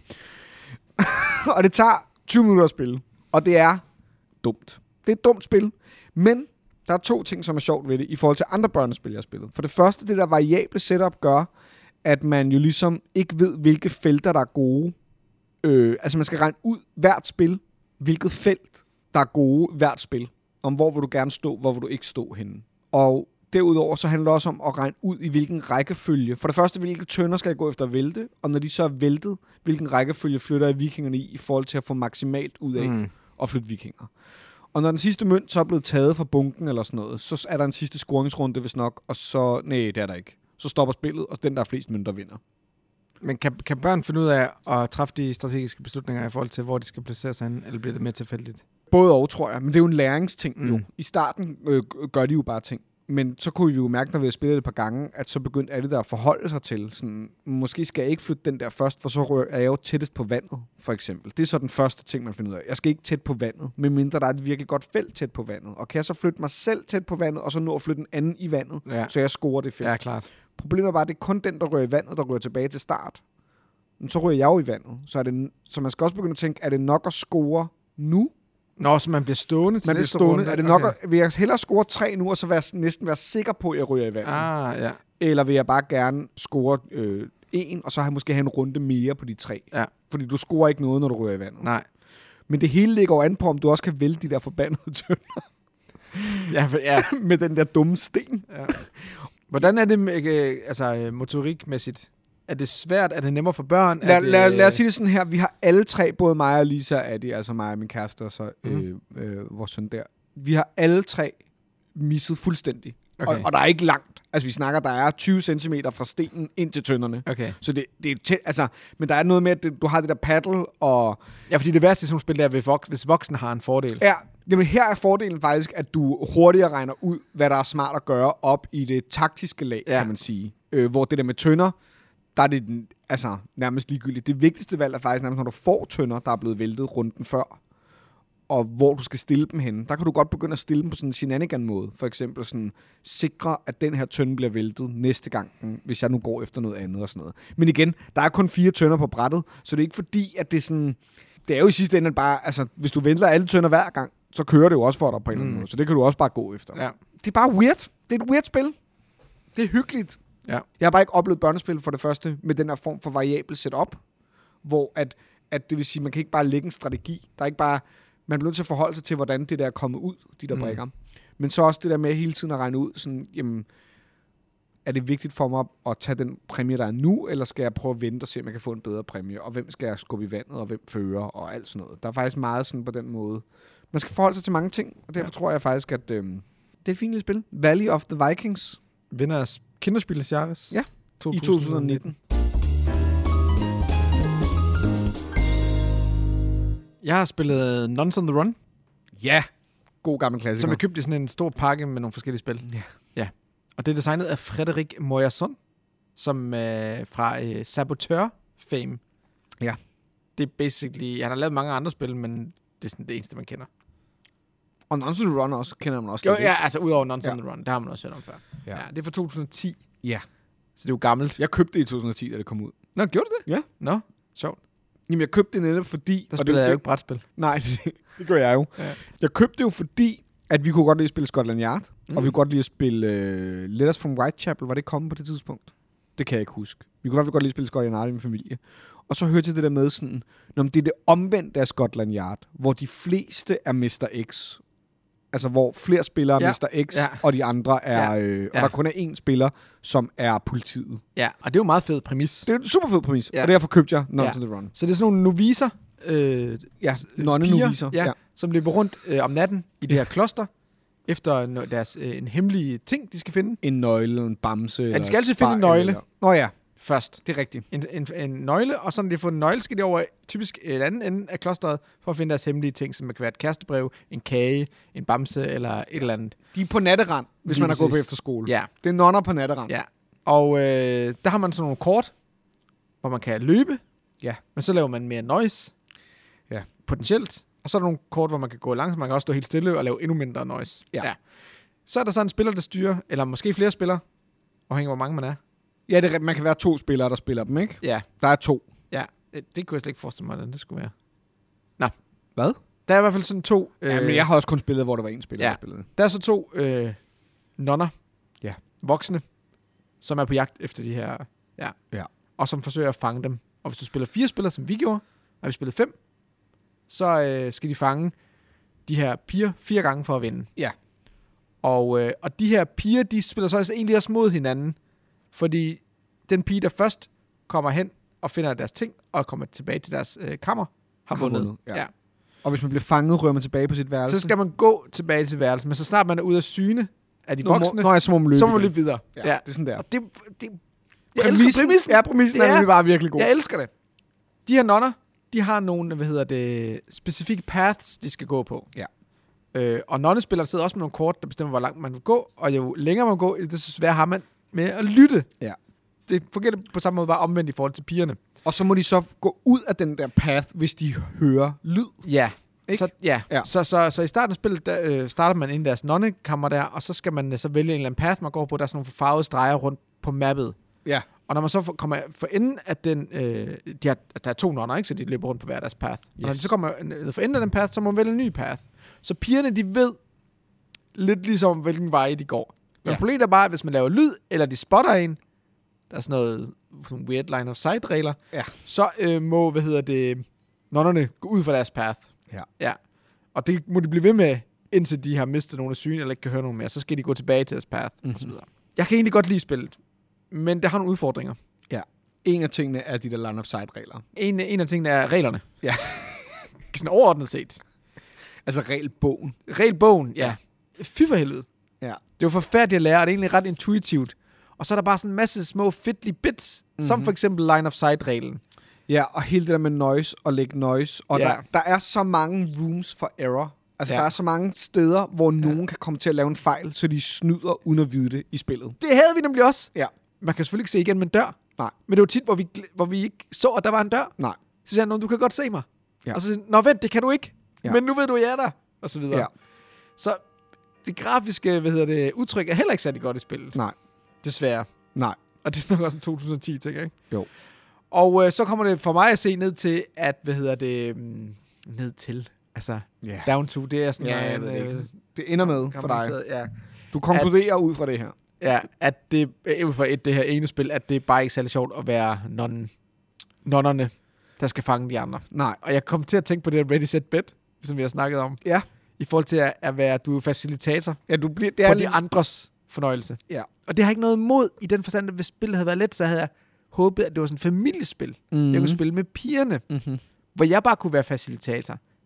Og det tager 20 minutter at spille. Og det er dumt. Det er et dumt spil. Men der er 2 ting, som er sjovt ved det, i forhold til andre børnespil, jeg har spillet. For det første, det der variable setup gør, at man jo ligesom ikke ved, hvilke felter, der er gode. Altså man skal regne ud hvert spil, hvilket felt, der er gode hvert spil. Om hvor vil du gerne stå, hvor vil du ikke stå henne. Og derudover så handler det også om at regne ud, i hvilken rækkefølge. For det første, hvilke tønder skal jeg gå efter at vælte, og når de så er væltet, hvilken rækkefølge flytter jeg vikingerne i forhold til at få maksimalt ud af at flytte vikinger. Og når den sidste mønt så er blevet taget fra bunken eller sådan noget, så er der en sidste scoringsrunde, hvis nok, og så, nej, det er der ikke. Så stopper spillet, og den, der er flest mønter, vinder. Men kan børn finde ud af at træffe de strategiske beslutninger i forhold til, hvor de skal placere sig hen, eller bliver det mere tilfældigt? Både og, tror jeg. Men det er jo en læringsting jo. I starten gør de jo bare ting. Men så kunne vi jo mærke, når vi har spillet det et par gange, at så begyndte alle der at forholde sig til. Sådan, måske skal jeg ikke flytte den der først, for så er jeg jo tættest på vandet, for eksempel. Det er så den første ting, man finder ud af. Jeg skal ikke tæt på vandet, medmindre der er et virkelig godt felt tæt på vandet. Og kan jeg så flytte mig selv tæt på vandet, og så nå at flytte en anden i vandet, så jeg scorer det felt. Ja, klart. Problemet er bare, at det er kun den, der rører i vandet, der rører tilbage til start. Men så rører jeg jo i vandet. Så man skal også begynde at tænke, er det nok at score nu? Nå, så man bliver stående til næste runde? Er det nok vil jeg hellere score 3 nu, og så næsten være sikker på, at jeg ryger i vandet? Ja. Eller vil jeg bare gerne score 1, og så måske have en runde mere på de 3? Ja. Fordi du scorer ikke noget, når du ryger i vandet. Nej. Men det hele ligger jo an på, om du også kan vælge de der forbandede tønder. Ja. Med den der dumme sten. Ja. Hvordan er det motorikmæssigt? Er det svært? Er det nemmere for børn? Lad os sige det sådan her. Vi har alle 3, både mig og Lisa og Adi, altså mig og min kæreste og så vores søn der. Vi har alle 3 misset fuldstændig. Okay. Og der er ikke langt. Altså vi snakker, der er 20 cm fra stenen ind til tønderne. Okay. Så det er tæt, altså, men der er noget med, at du har det der paddle og... Ja, fordi det værste i sådan et spil er, hvis voksen har en fordel. Ja, jamen her er fordelen faktisk, at du hurtigere regner ud, hvad der er smart at gøre op i det taktiske lag, kan man sige. Hvor det der med tønder, der er det nærmest ligegyldigt. Det vigtigste valg er faktisk nærmest, når du får tønder, der er blevet væltet runden før, og hvor du skal stille dem henne. Der kan du godt begynde at stille dem på sådan en shenanigan-måde. For eksempel sådan, sikre, at den her tønde bliver væltet næste gang, hvis jeg nu går efter noget andet og sådan noget. Men igen, der er kun 4 tønder på brættet, så det er ikke fordi, at det er sådan... Det er jo i sidste ende bare... Altså, hvis du vælter alle tønder hver gang, så kører det jo også for dig på en eller anden måde. Så det kan du også bare gå efter. Ja. Det er bare weird. Det er et weird spil. Det er hyggeligt. Ja. Jeg har bare ikke oplevet børnespil for det første med den her form for variabel setup, hvor at det vil sige, man kan ikke bare lægge en strategi. Der er ikke bare... Man bliver nødt til at forholde sig til, hvordan det der er kommet ud, de der brikker. Men så også det der med hele tiden at regne ud, sådan, jamen, er det vigtigt for mig at tage den præmie, der er nu, eller skal jeg prøve at vente og se, om jeg kan få en bedre præmie? Og hvem skal jeg skubbe i vandet, og hvem fører, og alt sådan noget. Der er faktisk meget sådan på den måde. Man skal forholde sig til mange ting, og derfor tror jeg faktisk, at det er et fint lille spil. Valley of the Vikings. Vinder af Kinderspiel des Jahres. Ja, i 2019. Jeg har spillet Nuns on the Run, Ja. God gammel klassiker. som jeg købte i sådan en stor pakke med nogle forskellige spil. Ja. Og det er designet af Frédéric Moyasson, som fra Saboteur-fame. Ja. Det er basically... Han har lavet mange andre spil, men det er sådan det eneste, man kender. Og Nuns on the Run også, kender man også Jo, lidt. ja, altså udover Nuns on the Run. Det har man også hørt om før. Ja. Ja, det er fra 2010, Ja. så det er jo gammelt. Jeg købte det i 2010, da det kom ud. Nå, gjorde du det? Ja. Nå, sjovt. Jamen, jeg købte det netop fordi... Der spillede jeg jo ikke brætspil. Nej, det gør jeg jo. Ja. Jeg købte det jo fordi, at vi kunne godt lide at spille Scotland Yard, og vi kunne godt lide at spille Letters from Whitechapel. Var det kommet på det tidspunkt? Det kan jeg ikke huske. Vi kunne i hvert fald godt lide at spille Scotland Yard i min familie. Og så hørte jeg det der med sådan, når det er det omvendte af Scotland Yard, hvor de fleste er Mr. X. Altså, hvor flere spillere er Mr. X, og de andre er... og der kun er én spiller, som er politiet. Ja, og det er jo en meget fed præmis. Det er en super fed præmis, og derfor købte jeg Nuns on the Run. Så det er sådan nogle noviser, nonne-noviser. som løber rundt om natten i det her kloster, efter deres en hemmelig ting, de skal finde. En nøgle, en bamse. Ja, de skal altid finde en nøgle. Eller... Nå ja, først. det er rigtigt. En nøgle, og så når de får en nøgle, skal de over typisk et andet ende af klosteret, for at finde deres hemmelige ting, som kan være et kærestebrev, en kage, en bamse, eller et eller andet. De er på natterand, hvis man er gået på efterskole. Ja. Det er nonner på natterand. Ja. Og der har man sådan nogle kort, hvor man kan løbe, men så laver man mere noise, potentielt. Og så er der nogle kort, hvor man kan gå langsomt, man kan også stå helt stille og lave endnu mindre noise. Ja. Så er der så en spiller, der styrer, eller måske flere spillere, afhængig af hvor mange man er. Ja, man kan være 2 spillere, der spiller dem, ikke? Ja. Der er 2. Ja, det kunne jeg slet ikke forestille mig, hvordan det skulle være. Nå. Hvad? Der er i hvert fald sådan 2... Ja, men jeg har også kun spillet, hvor der var 1 spiller, der spillede. Der er så 2 nonner, voksne, som er på jagt efter de her... Ja. Og som forsøger at fange dem. Og hvis du spiller 4 spillere, som vi gjorde, og vi spillede 5, så skal de fange de her piger 4 gange for at vinde. Ja. Og de her piger, de spiller så altså egentlig også mod hinanden, fordi den pige, der først kommer hen og finder deres ting, og kommer tilbage til deres kammer, har vundet. Ja. Og hvis man bliver fanget, rører man tilbage på sit værelse. Så skal man gå tilbage til værelset, men så snart man er ude af syne af de voksne, så må man løbe videre. Ja, det er sådan der. Og jeg elsker præmissen. Ja, præmissen er nemlig bare virkelig god. Jeg elsker det. De her nonner, de har nogle, specifikke paths, de skal gå på. Ja. Og nonnespillere sidder også med nogle kort, der bestemmer, hvor langt man vil gå, og jo længere man går, desto sværere har man med at lytte. Ja. Det fungerer på samme måde bare omvendt i forhold til pigerne. Og så må de så gå ud af den der path, hvis de hører lyd. Ja. Så i starten af spillet, der starter man ind i deres nonnekammer der, og så skal man så vælge en eller anden path, man går på. Der er sådan nogle farvede streger rundt på mappet. Ja. Og når man så kommer for enden af den... der er 2 nonner, ikke? Så de løber rundt på hver deres path. Yes. Og når de så kommer for enden af den path, så må man vælge en ny path. Så pigerne, de ved lidt ligesom, hvilken vej de går. Men problemet er bare, at hvis man laver lyd, eller de spotter en, der er sådan weird line of sight regler, så må, nonnerne gå ud fra deres path. Ja. Og det må de blive ved med, indtil de har mistet nogle af syne, eller ikke kan høre nogen mere. Så skal de gå tilbage til deres path, og så videre. Jeg kan egentlig godt lide spillet, men det har nogle udfordringer. Ja. En af tingene er de der line of sight regler. En af tingene er reglerne. Ja. Sådan overordnet set. Altså regelbogen. Regelbogen, ja. Fy for helvede. Ja. Det er jo forfærdeligt at lære, og det er egentlig ret intuitivt. Og så er der bare sådan en masse små fedtlige bits, som for eksempel line of sight-reglen. Ja, og hele det der med noise og lægge noise. Og der er så mange rooms for error. Altså, der er så mange steder, hvor nogen kan komme til at lave en fejl, så de snyder uden at vide det i spillet. Det havde vi nemlig også. Ja. Man kan selvfølgelig ikke se igen med en dør. Nej. Men det var tit, hvor vi ikke så, at der var en dør. Nej. Så sagde han, du kan godt se mig. Ja. Og så sagde han, vent, det kan du ikke. Ja. Men nu ved du, jeg er der. Og så videre. Ja. Så det grafiske, udtryk er heller ikke særlig godt i spillet. Nej. Desværre. Nej. Og det er nok også en 2010 ting, ikke? Jo. Og så kommer det for mig at se ned til, at, down to, det er sådan... det ender med for dig. Ja. Du konkluderer ud fra det her. Ja, at det ud fra det her ene spil, at det er bare ikke særlig sjovt at være nonnerne, der skal fange de andre. Nej. Og jeg kom til at tænke på det Ready Set Bet, som vi har snakket om. Ja. I forhold til at være, du er facilitator. Ja, du bliver... Det er de andres fornøjelse. Ja. Og det har ikke noget imod i den forstand, at hvis spillet havde været let, så havde jeg håbet, at det var sådan et familiespil. Jeg kunne spille med pigerne, hvor jeg bare kunne være facilitator.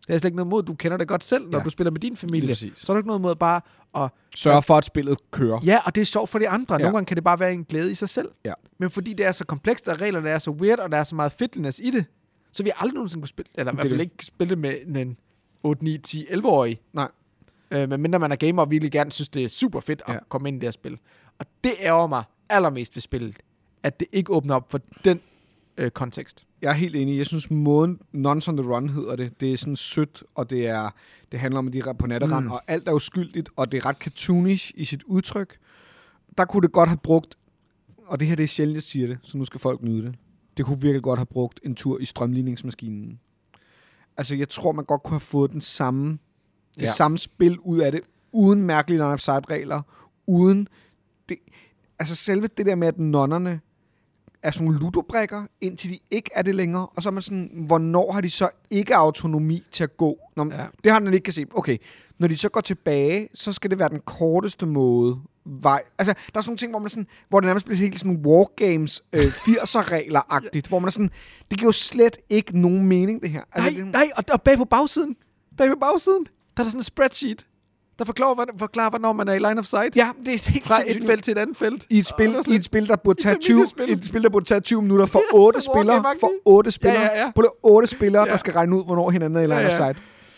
Det er slet ikke noget mod, du kender det godt selv, når du spiller med din familie. Så er der ikke noget mod bare at sørge for, at spillet kører. Ja, og det er sjovt for de andre. Nogle gange kan det bare være en glæde i sig selv. Ja. Men fordi det er så komplekst, og reglerne er så weird, og der er så meget fitness i det, så vi aldrig nogensinde kunne spille, eller i hvert fald ikke spille det med en 8, 9, 10, 11-årig. Nej. Men mindre man er gamer og virkelig gerne synes, det er super fedt at komme ind i det her spil. Og det ærger mig allermest ved spillet, at det ikke åbner op for den kontekst. Jeg er helt enig. Jeg synes, måden Nuns on the Run hedder det er sådan sødt, og det handler om, at de er på natterand, og alt er uskyldigt, og det er ret cartoonish i sit udtryk. Der kunne det godt have brugt, og det her det er sjældent, jeg siger det, så nu skal folk nyde det. Det kunne virkelig godt have brugt en tur i strømligningsmaskinen. Altså, jeg tror, man godt kunne have fået det samme spil ud af det, uden mærkelige non-offside-regler, uden det, altså selve det der med, at nonnerne er sådan nogle ludobrikker, indtil de ikke er det længere, og så er man sådan, hvornår har de så ikke autonomi til at gå? Det har den ikke kan se. Okay, når de så går tilbage, så skal det være den korteste vej. Altså, der er sådan nogle ting, hvor det nærmest bliver helt sådan Wargames 80'er-regler-agtigt, hvor man er sådan, det giver jo slet ikke nogen mening, det her. Altså, Nej, og bag på bagsiden, der er der sådan en spreadsheet, der forklarer, hvornår man er i line of sight. Ja, det er helt fra et felt til et andet felt. I et spil, der burde tage 20 minutter for 8 spillere. For 8 spillere. Ja. På 8 spillere, der skal regne ud, hvornår hinanden er i line of sight.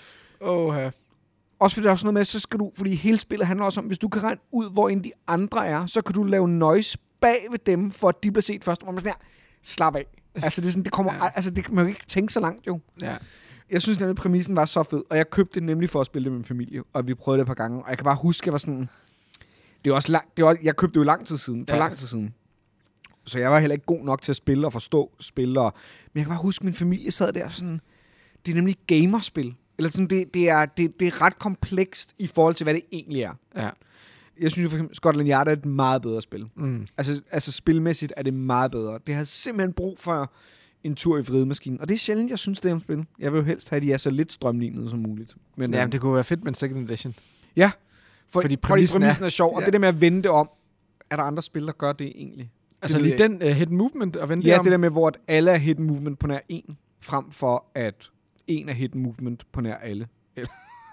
Også fordi der er også noget med, så skal du, fordi hele spillet handler også om, hvis du kan regne ud, hvor en de andre er, så kan du lave noise bag ved dem, for at de bliver set først. Og man sådan her, slap af. Altså, det er sådan, det kommer, altså, det kan man jo ikke tænke så langt, jo. Ja. Jeg synes nemlig, præmissen var så fed, og jeg købte det nemlig for at spille det med min familie, og vi prøvede det et par gange, og jeg kan bare huske, jeg var sådan, jeg købte det jo lang tid siden, lang tid siden. Så jeg var heller ikke god nok til at spille og forstå spil, men jeg kan bare huske, min familie sad der sådan, det er nemlig gamerspil, eller sådan, det er ret komplekst i forhold til, hvad det egentlig er. Ja. Jeg synes, at Scotland Yard er et meget bedre spil. Altså spilmæssigt er det meget bedre. Det har simpelthen brug for en tur i vridemaskinen. Og det er sjældent, jeg synes, det er om spil. Jeg vil jo helst have, at de er så lidt strømlignede som muligt. Men, det kunne være fedt med en second edition. Ja, fordi præmissen er sjov. Og det der med at vende det om, er der andre spil, der gør det egentlig? Altså lige den hidden movement at vende det om? Ja, det der med, hvor alle er hidden movement på nær en, frem for at en er hidden movement på nær alle. Det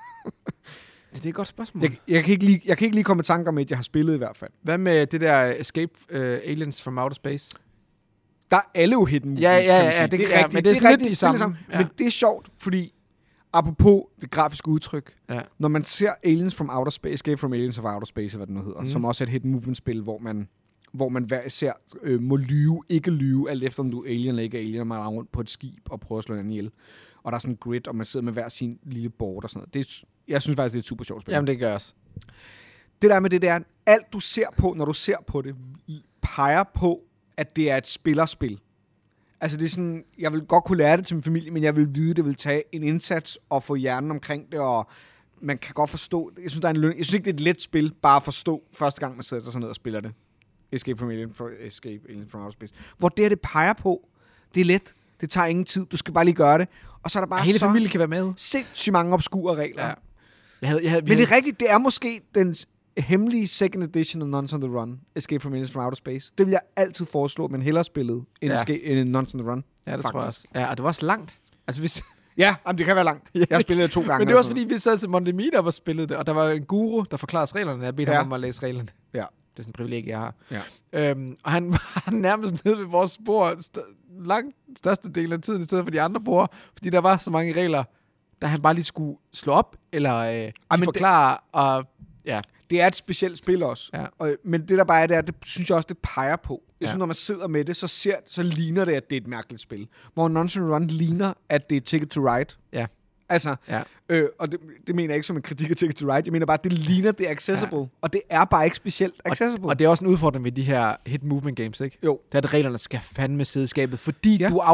er et godt spørgsmål. Jeg kan ikke lige komme i tanker om, at jeg har spillet i hvert fald. Hvad med det der Escape Aliens from Outer Space? Der er alle jo hidden movements, ja, det er rigtigt. Men det er rigtigt sammen. Men det er sjovt, fordi apropos det grafiske udtryk, når man ser Aliens from Outer Space, Escape from Aliens of Outer Space, hvad det nu hedder, som også er et hidden movement-spil, hvor man hver især må lyve, ikke lyve, alt efter om du er alien eller ikke alien, og man er rundt på et skib og prøver at slå hinanden ihjel. Og der er sådan en grid, og man sidder med hver sin lille board og sådan noget. Jeg synes faktisk, det er et super sjovt spil. Jamen, det gør også. Det der med det der, alt du ser på, når du ser på det, peger på, at det er et spillerspil. Altså det er sådan, jeg vil godt kunne lære det til min familie, men jeg vil vide, det vil tage en indsats og få hjernen omkring det, og man kan godt forstå, jeg synes ikke, det er et let spil, bare at forstå første gang, man sætter sig ned og spiller det. Escape from Alien from Outer Space. Hvor det peger på, det er let, det tager ingen tid, du skal bare lige gøre det, og så er der bare hele familien kan være med. Sindssygt mange obskure regler. Ja. Men det er rigtigt, det er måske den hemmelige second edition af Nuns on the Run, Escape from Aliens from Outer Space. Det vil jeg altid foreslå, men hellere spillet end Nuns on the Run. Ja, det tror jeg også. Ja, og det var også langt. Altså hvis ja, det kan være langt. Jeg har spillet det 2 gange. Men det var også fordi, vi sad til Monday Meetup og spillede det, og der var en guru, der forklarede reglerne. Jeg bedte ham om at læse reglerne. Ja. Det er sådan en privilegie, jeg har. Ja. Og han var nærmest nede ved vores bord langt største del af tiden, i stedet for de andre bord, fordi der var så mange regler, der han bare lige skulle slå op, eller forklare, og ja. Det er et specielt spil også. Ja. Men det der bare er, det synes jeg også, det peger på. Jeg synes, når man sidder med det, så ligner det, at det er et mærkeligt spil. Hvor Nuns on the Run ligner, at det er Ticket to Ride. Ja. Altså, og det mener jeg ikke som en kritik af Ticket to Ride. Jeg mener bare, at det ligner, det er accessible. Ja. Og det er bare ikke specielt accessible. Og det er også en udfordring med de her hidden movement games, ikke? Jo. Det er, at reglerne skal fandme sidde i skabet, fordi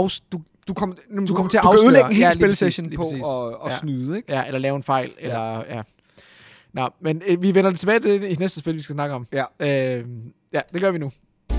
du kommer til at afsløre. Du kan ødelægge en hel spilsession på at snyde, ikke? Ja, eller lave en fejl, eller ja. Nå, men vi vender tilbage til det i næste spil, vi skal snakke om. Ja. Ja, det gør vi nu.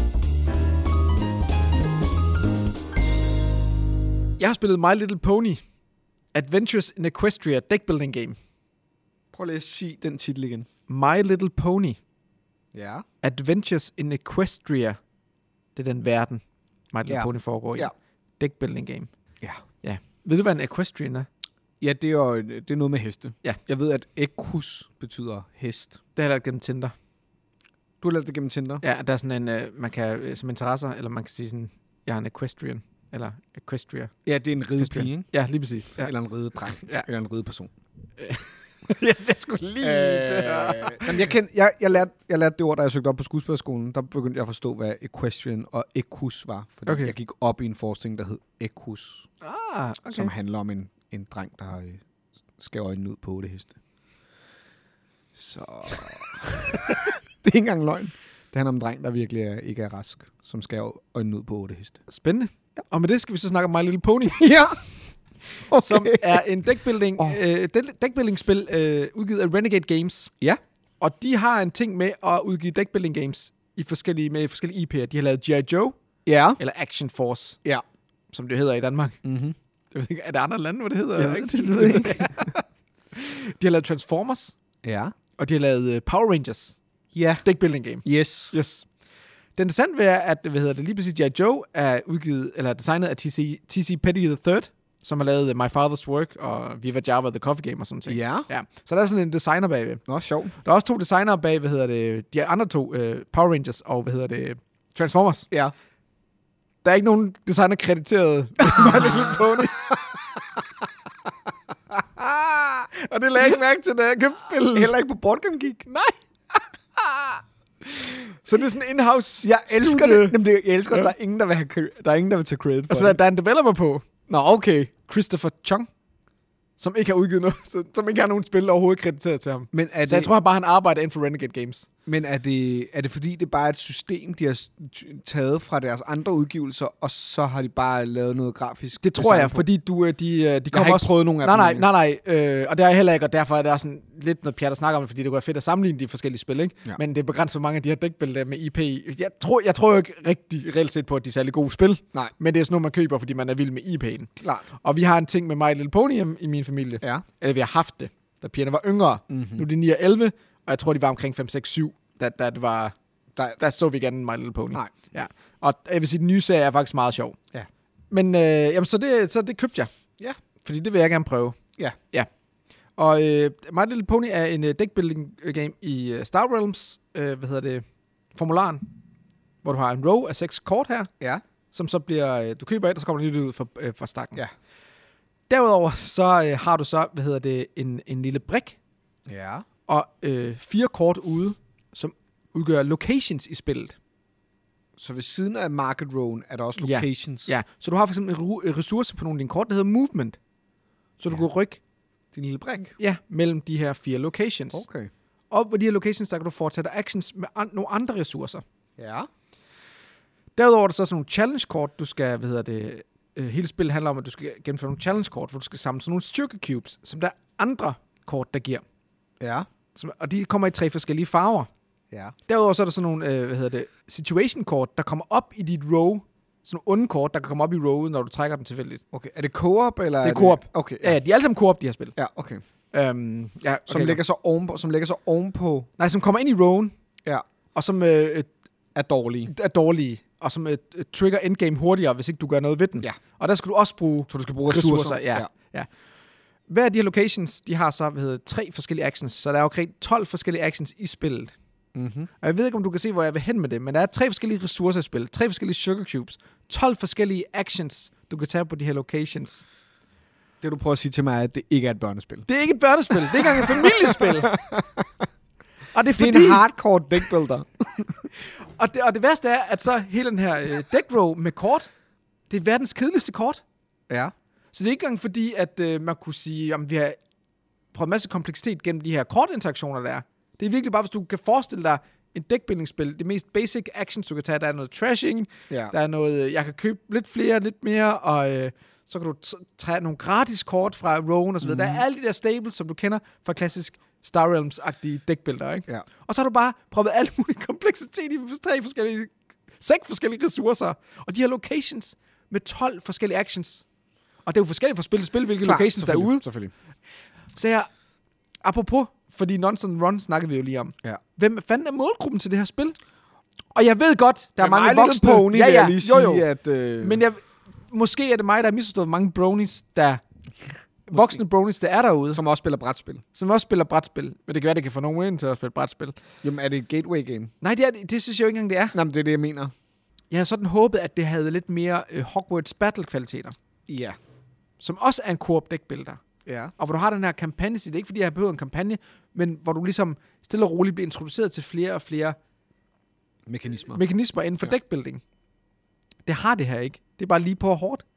Jeg har spillet My Little Pony Adventures in Equestria Deckbuilding Game. Prøv lige at sige den titel igen. My Little Pony. Ja. Adventures in Equestria. Det er den verden, My Little Pony foregår i. Ja. Deckbuilding Game. Ja. Ja. Ved du, hvad en equestrian er? Ja, det er noget med heste. Ja. Jeg ved, at Equus betyder hest. Det har jeg lært gennem Tinder. Du har lært det gennem Tinder? Ja, der er sådan en, man kan som interesser, eller man kan sige sådan, jeg er en equestrian, eller equestria. Ja, det er en ridepige, ikke? Ja, lige præcis. Ja. Eller en ridedreng. Ja. Eller en rideperson. Ja, jeg skulle lige til Jamen, jeg lærte det ord, da jeg søgte op på skuespillerskolen. Der begyndte jeg at forstå, hvad equestrian og equus var. Fordi jeg gik op i en forestilling, der hed Equus. okay. Som handler om en dreng, der skal øjnene ud på 8 heste. Så... det er ikke engang løgn. Det handler om en dreng, der virkelig ikke er rask, som skal øjnene ud på 8 heste. Spændende. Ja. Og med det skal vi så snakke om My Little Pony. Ja! Okay. Som er en deckbuilding-spil udgivet af Renegade Games. Ja. Og de har en ting med at udgive deckbuilding games med forskellige IP'er. De har lavet G.I. Joe, eller Action Force, som det hedder i Danmark. Mm-hmm. Jeg ved ikke, er der andre lande, hvor det hedder? Jeg ved det ikke. De har lavet Transformers, og de har lavet Power Rangers. Ja. Deckbuilding game. Yes. Det interessante er, at lige præcis G.I. Joe er udgivet, eller designet af T.C. Petty III, som har lavet My Father's Work og Viva Java The Coffee Game og sådan noget. Ja. Så der er sådan en designer bagved. Nå, sjovt. Der er også 2 designere bag, de andre 2, Power Rangers og, Transformers. Ja. Der er ikke nogen designer krediteret My Little Pony. Og det lagde jeg ikke mærke til, da jeg købte spillet. Heller ikke på Board Game Geek. Nej. Så det er sådan en in-house. Jeg elsker det. Jamen, jeg elsker, at der er ingen, der vil tage credit for altså, der er en developer på. Nå, okay. Christopher Chung, som ikke har udgivet noget, som ikke har nogen spil overhovedet krediteret til ham. Men så jeg tror bare, han arbejder inden for Renegade Games. Men er det fordi, det er bare et system, de har taget fra deres andre udgivelser, og så har de bare lavet noget grafisk? Det tror jeg, fordi de kommer har ikke prøvet nogen af dem. Nej, og det har jeg heller ikke, og derfor er det også lidt noget pjat at snakke om det, fordi det kunne være fedt at sammenligne de forskellige spil, ikke? Ja. Men det er begrænset, hvor mange af de her dækbilleder med IP. Jeg tror jo ikke rigtig reelt set på, at de er særlig gode spil. Nej. Men det er sådan noget, man køber, fordi man er vild med IP'en. Klart. Og vi har en ting med My Little Pony i min familie. Ja. Eller vi har haft det, da pigerne var yngre. Mm-hmm. Nu er de 9 og 11, og jeg tror, de var omkring 5, 6, 7. Der så vi gerne My Little Pony. Nej. Ja. Og jeg vil sige, den nye serie er faktisk meget sjov. Ja. Men så det købte jeg. Ja. Fordi det vil jeg gerne prøve. Ja. Og My Little Pony er en deckbuilding game i Star Realms, formularen, hvor du har en row af 6 kort her, som så bliver, du køber et, og så kommer der nyt ud fra stakken. Ja. Derudover så har du så, en lille brik. Ja. Og 4 kort ude, som udgør locations i spillet. Så ved siden af market rowen er der også locations? Ja. Så du har for eksempel en ressource på nogle af dine kort, der hedder movement. Så du kan rykke din lille brik? Ja, mellem de her 4 locations. Okay. Og på de her locations, der kan du foretage actions med nogle andre ressourcer. Ja. Derudover er der så sådan nogle challenge-kort, du skal, hele spillet handler om, at du skal gennemføre nogle challenge-kort, hvor du skal samle sådan nogle styrke cubes, som der er andre kort, der giver. Ja. Og de kommer i 3 forskellige farver. Ja. Derudover så er der sådan nogle, situation-kort, der kommer op i dit row. Sådan nogle onde kort, der kan komme op i rowen, når du trækker dem tilfældigt. Okay. Er det co-op, eller? Det er co-op. Okay. Ja, de er alle sammen co-op, de her spil. Ja, okay. Okay, som lægger så ovenpå. Nej, som kommer ind i rowen. Ja. Og som er dårlige. Og som trigger endgame hurtigere, hvis ikke du gør noget ved den. Ja. Og der skal du også bruge ressourcer. Ja. Hver af de her locations, de har så 3 forskellige actions, så der er jo 12 forskellige actions i spillet. Mm-hmm. Og jeg ved ikke, om du kan se, hvor jeg vil hen med det, men der er 3 forskellige ressourcer i spillet, 3 forskellige sugar cubes, 12 forskellige actions, du kan tage på de her locations. Det du prøver at sige til mig er, at det ikke er et børnespil. Det er ikke et børnespil, det er ikke engang et familiespil. Og det er en hardcore deckbuilder. og det værste er, at så hele den her deck row med kort, det er verdens kedeligste kort. Ja. Så det er ikke engang fordi, at man kunne sige, at vi har prøvet en masse kompleksitet gennem de her kortinteraktioner, der er. Det er virkelig bare, hvis du kan forestille dig en dækbindingsspil, det mest basic actions, du kan tage. Der er noget trashing, der er noget, jeg kan købe lidt flere, lidt mere, og så kan du tage nogle gratis kort fra rowen og så videre. Der er alle de der staples, som du kender fra klassisk Star Realms-agtige dækbuilder, ikke? Ja. Og så har du bare prøvet alt muligt kompleksitet i 6 forskellige ressourcer. Og de her locations med 12 forskellige actions. Og det er jo forskelligt fra spil til spil, hvilke locations der er ude. Selvfølgelig. Så jeg, apropos, fordi Nonsense Run snakkede vi jo lige om. Ja. Hvem fanden er målgruppen til det her spil? Og jeg ved godt, der er mange voksne. Pony, vil jeg lige sige, at... Men måske er det mig, der har misforstået mange bronies, der voksne bronies, der er derude, Som også spiller brætspil. som også spiller brætspil. Men det kan være, det kan få nogen ind til at spille brætspil. Jamen, er det et gateway game? Nej, det synes jeg jo ikke engang, det er. Nej, men det er det, jeg mener. Jeg havde sådan håbet, at det havde lidt mere Hogwarts Battle-kvaliteter, Ja. som også er en co-op deckbuilder. Ja. Og hvor du har den her kampagne, det er ikke fordi, jeg har behøvet en kampagne, men hvor du ligesom stille og roligt bliver introduceret til flere og flere mekanismer inden for deckbuilding. Det har det her ikke. Det er bare lige på hårdt.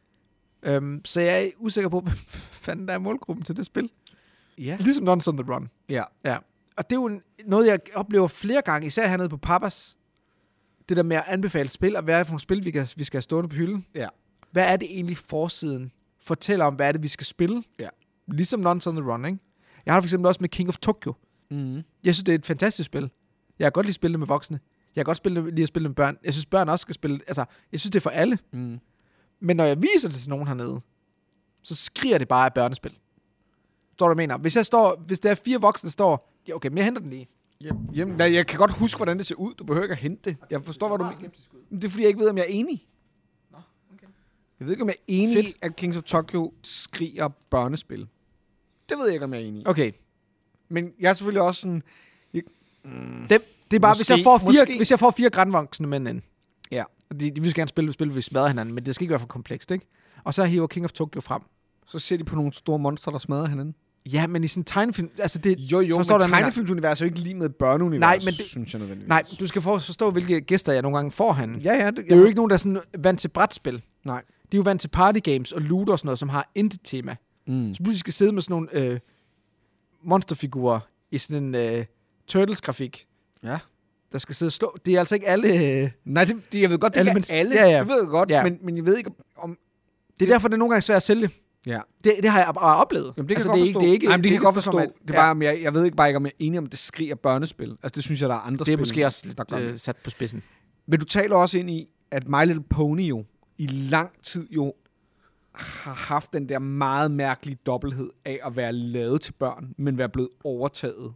Så jeg er usikker på, hvad fanden der er målgruppen til det spil. Ja. Ligesom Nonce on the Run. Ja. Ja. Og det er jo noget, jeg oplever flere gange, især hernede på Pappas. Det der med at anbefale spil, og hvad er det for nogle spil, vi skal have stående på hylden. Ja. Hvad er det egentlig forsiden fortæller om, hvad er det, vi skal spille? Ja. Ligesom Nonce on the Run, ikke? Jeg har det for eksempel også med King of Tokyo. Mm. Jeg synes, det er et fantastisk spil. Jeg kan godt lide at spille det med voksne. Jeg kan godt lide at spille det med børn. Jeg synes, børn også skal spille. Altså, jeg synes, det er for alle. Mm. Men når jeg viser det til nogen hernede, så skriger det bare af børnespil. Står du, mener? Hvis der er 4 voksne, der står, ja, okay, men jeg henter den lige. Jamen, jeg kan godt huske, hvordan det ser ud. Du behøver ikke at hente det. Jeg forstår, hvad du mener. Men det er, fordi jeg ikke ved, om jeg er enig. Nå, okay. Jeg ved ikke, om jeg er enig Fedt. i, at Kings of Tokyo skriger børnespil. Det ved jeg ikke, om jeg er enig i. Okay. Men jeg er selvfølgelig også sådan... Det er bare, Måske. hvis jeg får 4 grænvoksne mænd ind. Ja. De vil gerne spille, hvor vi smadrer hinanden, men det skal ikke være for komplekst, ikke? Og så hiver King of Tokyo frem. Så ser de på nogle store monster, der smadrer hinanden. Ja, men i sådan en tegnefilm... Altså det, Jo, forstår men du, hvad jeg tegnefilmsunivers er jo ikke lige med et børneunivers, Nej, men det- synes jeg nødvendigvis. Nej, du skal forstå, hvilke gæster jeg nogle gange får han. Ja, Det er jo ikke nogen, der er sådan vant til brætspil. Nej. De er jo vant til partygames og loot og sådan noget, som har intet tema. Mm. Så pludselig skal sidde med sådan nogle monsterfigurer i sådan en Turtles-grafik, Ja. der skal sidde og slå. Det er altså ikke alle... Nej, jeg ved godt, det Alle er mennesker- alle. Ja, ja. Det ved jeg godt, Ja. men jeg ved ikke, om... Det er derfor, det er nogle gange svært at sælge. Ja. Det har jeg bare oplevet. Jamen, det kan altså, jeg godt forstå. Det er ikke, Nej, men det kan jeg godt et spørgsmål forstå. om, Det er bare, jeg ved ikke bare ikke, om jeg er enig om, det skriger børnespil. Altså, det synes jeg, der er andre det er spil, måske også der lidt gør det. sat på spidsen. Men du taler også ind i, at My Little Pony jo i lang tid jo har haft den der meget mærkelige dobbelthed af at være lavet til børn, men være blevet overtaget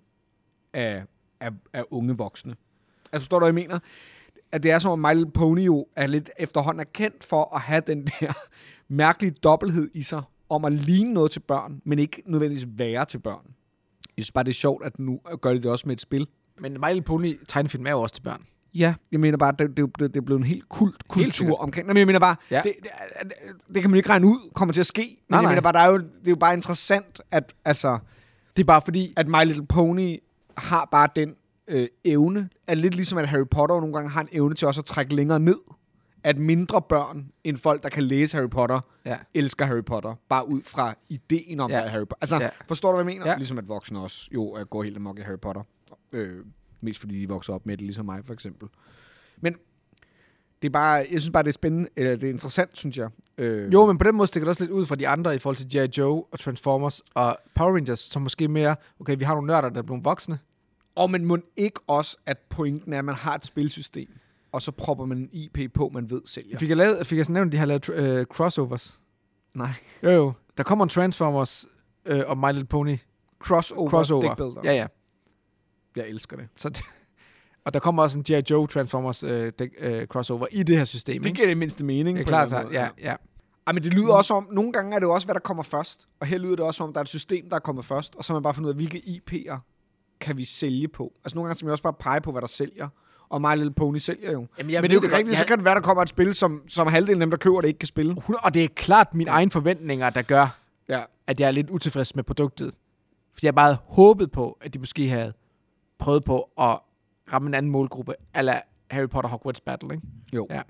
af unge voksne. Altså, forstår du, hvad jeg mener? At det er som om My Little Pony jo er lidt efterhånden er kendt for at have den der mærkelige dobbelthed i sig, om at ligne noget til børn, men ikke nødvendigvis være til børn. Jeg synes bare, det er sjovt, at nu gør de det også med et spil. Men My Little Pony tegnefilm er jo også til børn. Ja, jeg mener bare, det er blevet en helt kultur sikkert. omkring. Nej, men jeg mener bare, Ja. det kan man ikke regne ud, kommer til at ske. Men Nej, jeg nej. mener bare, det er jo bare interessant, at, altså, Det er bare fordi... at My Little Pony har bare den evne, at lidt ligesom at Harry Potter nogle gange har en evne til også at trække længere ned. At mindre børn end folk, der kan læse Harry Potter, Ja. elsker Harry Potter. Bare ud fra ideen om, Ja. at Harry Potter... Altså, Ja. forstår du, hvad jeg mener? Ja. Ligesom at voksne også jo går helt amok i Harry Potter. Mest fordi de vokser op med det, ligesom mig for eksempel. Men det er bare, jeg synes bare, det er spændende, eller det er interessant, synes jeg. Jo, men på den måde stikker det også lidt ud fra de andre i forhold til G.I. Joe og Transformers og Power Rangers, som måske mere, okay, vi har nogle nørder, der er blevet voksne. Og man må ikke også, at pointen er, at man har et spilsystem, og så propper man en IP på, man ved sælger. Fik jeg så nævnt, at de har lavet crossovers? Nej. Jo. Der kommer en Transformers og My Little Pony Crossover. Deck builder. Ja, ja. Jeg elsker det. Så og der kommer også en G.I. Joe Transformers crossover i det her system. Det ikke? giver det mindste mening. Det er på klart, en eller anden klart. måde. Ja, ja. Ej, men det lyder også om, nogle gange er det jo også, hvad der kommer først. Og her lyder det også om, der er et system, der er kommet først. Og så har man bare fundet ud af, hvilke IP'er kan vi sælge på. Altså nogle gange skal man også bare pege på, hvad der sælger. Og My Little Pony sælger jo. Jamen, Men det er jo ikke rigtigt, så kan det være, der kommer et spil, som halvdelen af dem, der køber det, ikke kan spille. Og det er klart mine egne forventninger, der gør, Ja. at jeg er lidt utilfreds med produktet. Fordi jeg bare havde håbet på, at de måske havde prøvet på at ramme en anden målgruppe, eller Harry Potter Hogwarts Battle, ikke? Jo. Ja.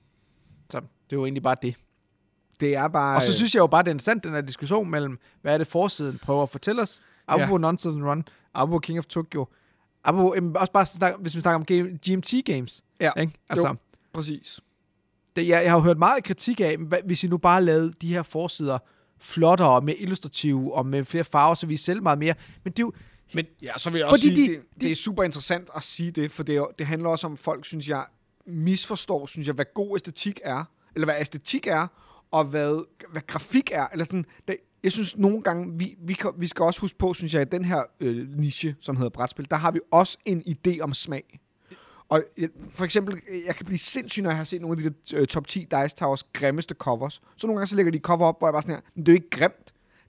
Så det er jo egentlig bare det. Det er bare... Og så synes jeg jo bare, det er interessant, den her diskussion mellem, hvad er det forsiden prøver at fortælle os? Apropos Nonce on the Run, apropos King of Tokyo, apropos, også bare hvis vi snakker om GMT Games. Ja, Ikke? Altså, jo, præcis. jeg har jo hørt meget kritik af, hvis I nu bare lavede de her forsider flottere og mere illustrative og med flere farver, så vi selv meget mere. Men det er jo... Men ja, så vil jeg også Fordi sige, det er super interessant at sige det, for det handler også om, folk, synes jeg, misforstår, synes jeg, hvad god æstetik er, eller hvad æstetik er, og hvad grafik er. Eller sådan, jeg synes nogle gange, vi skal også huske på, synes jeg, at den her niche, som hedder brætspil, der har vi også en idé om smag. Og for eksempel, jeg kan blive sindssyg, når jeg har set nogle af de der top 10 Dice Towers grimmeste covers. Så nogle gange så lægger de cover op, hvor jeg bare sådan her, men det er jo ikke grimt.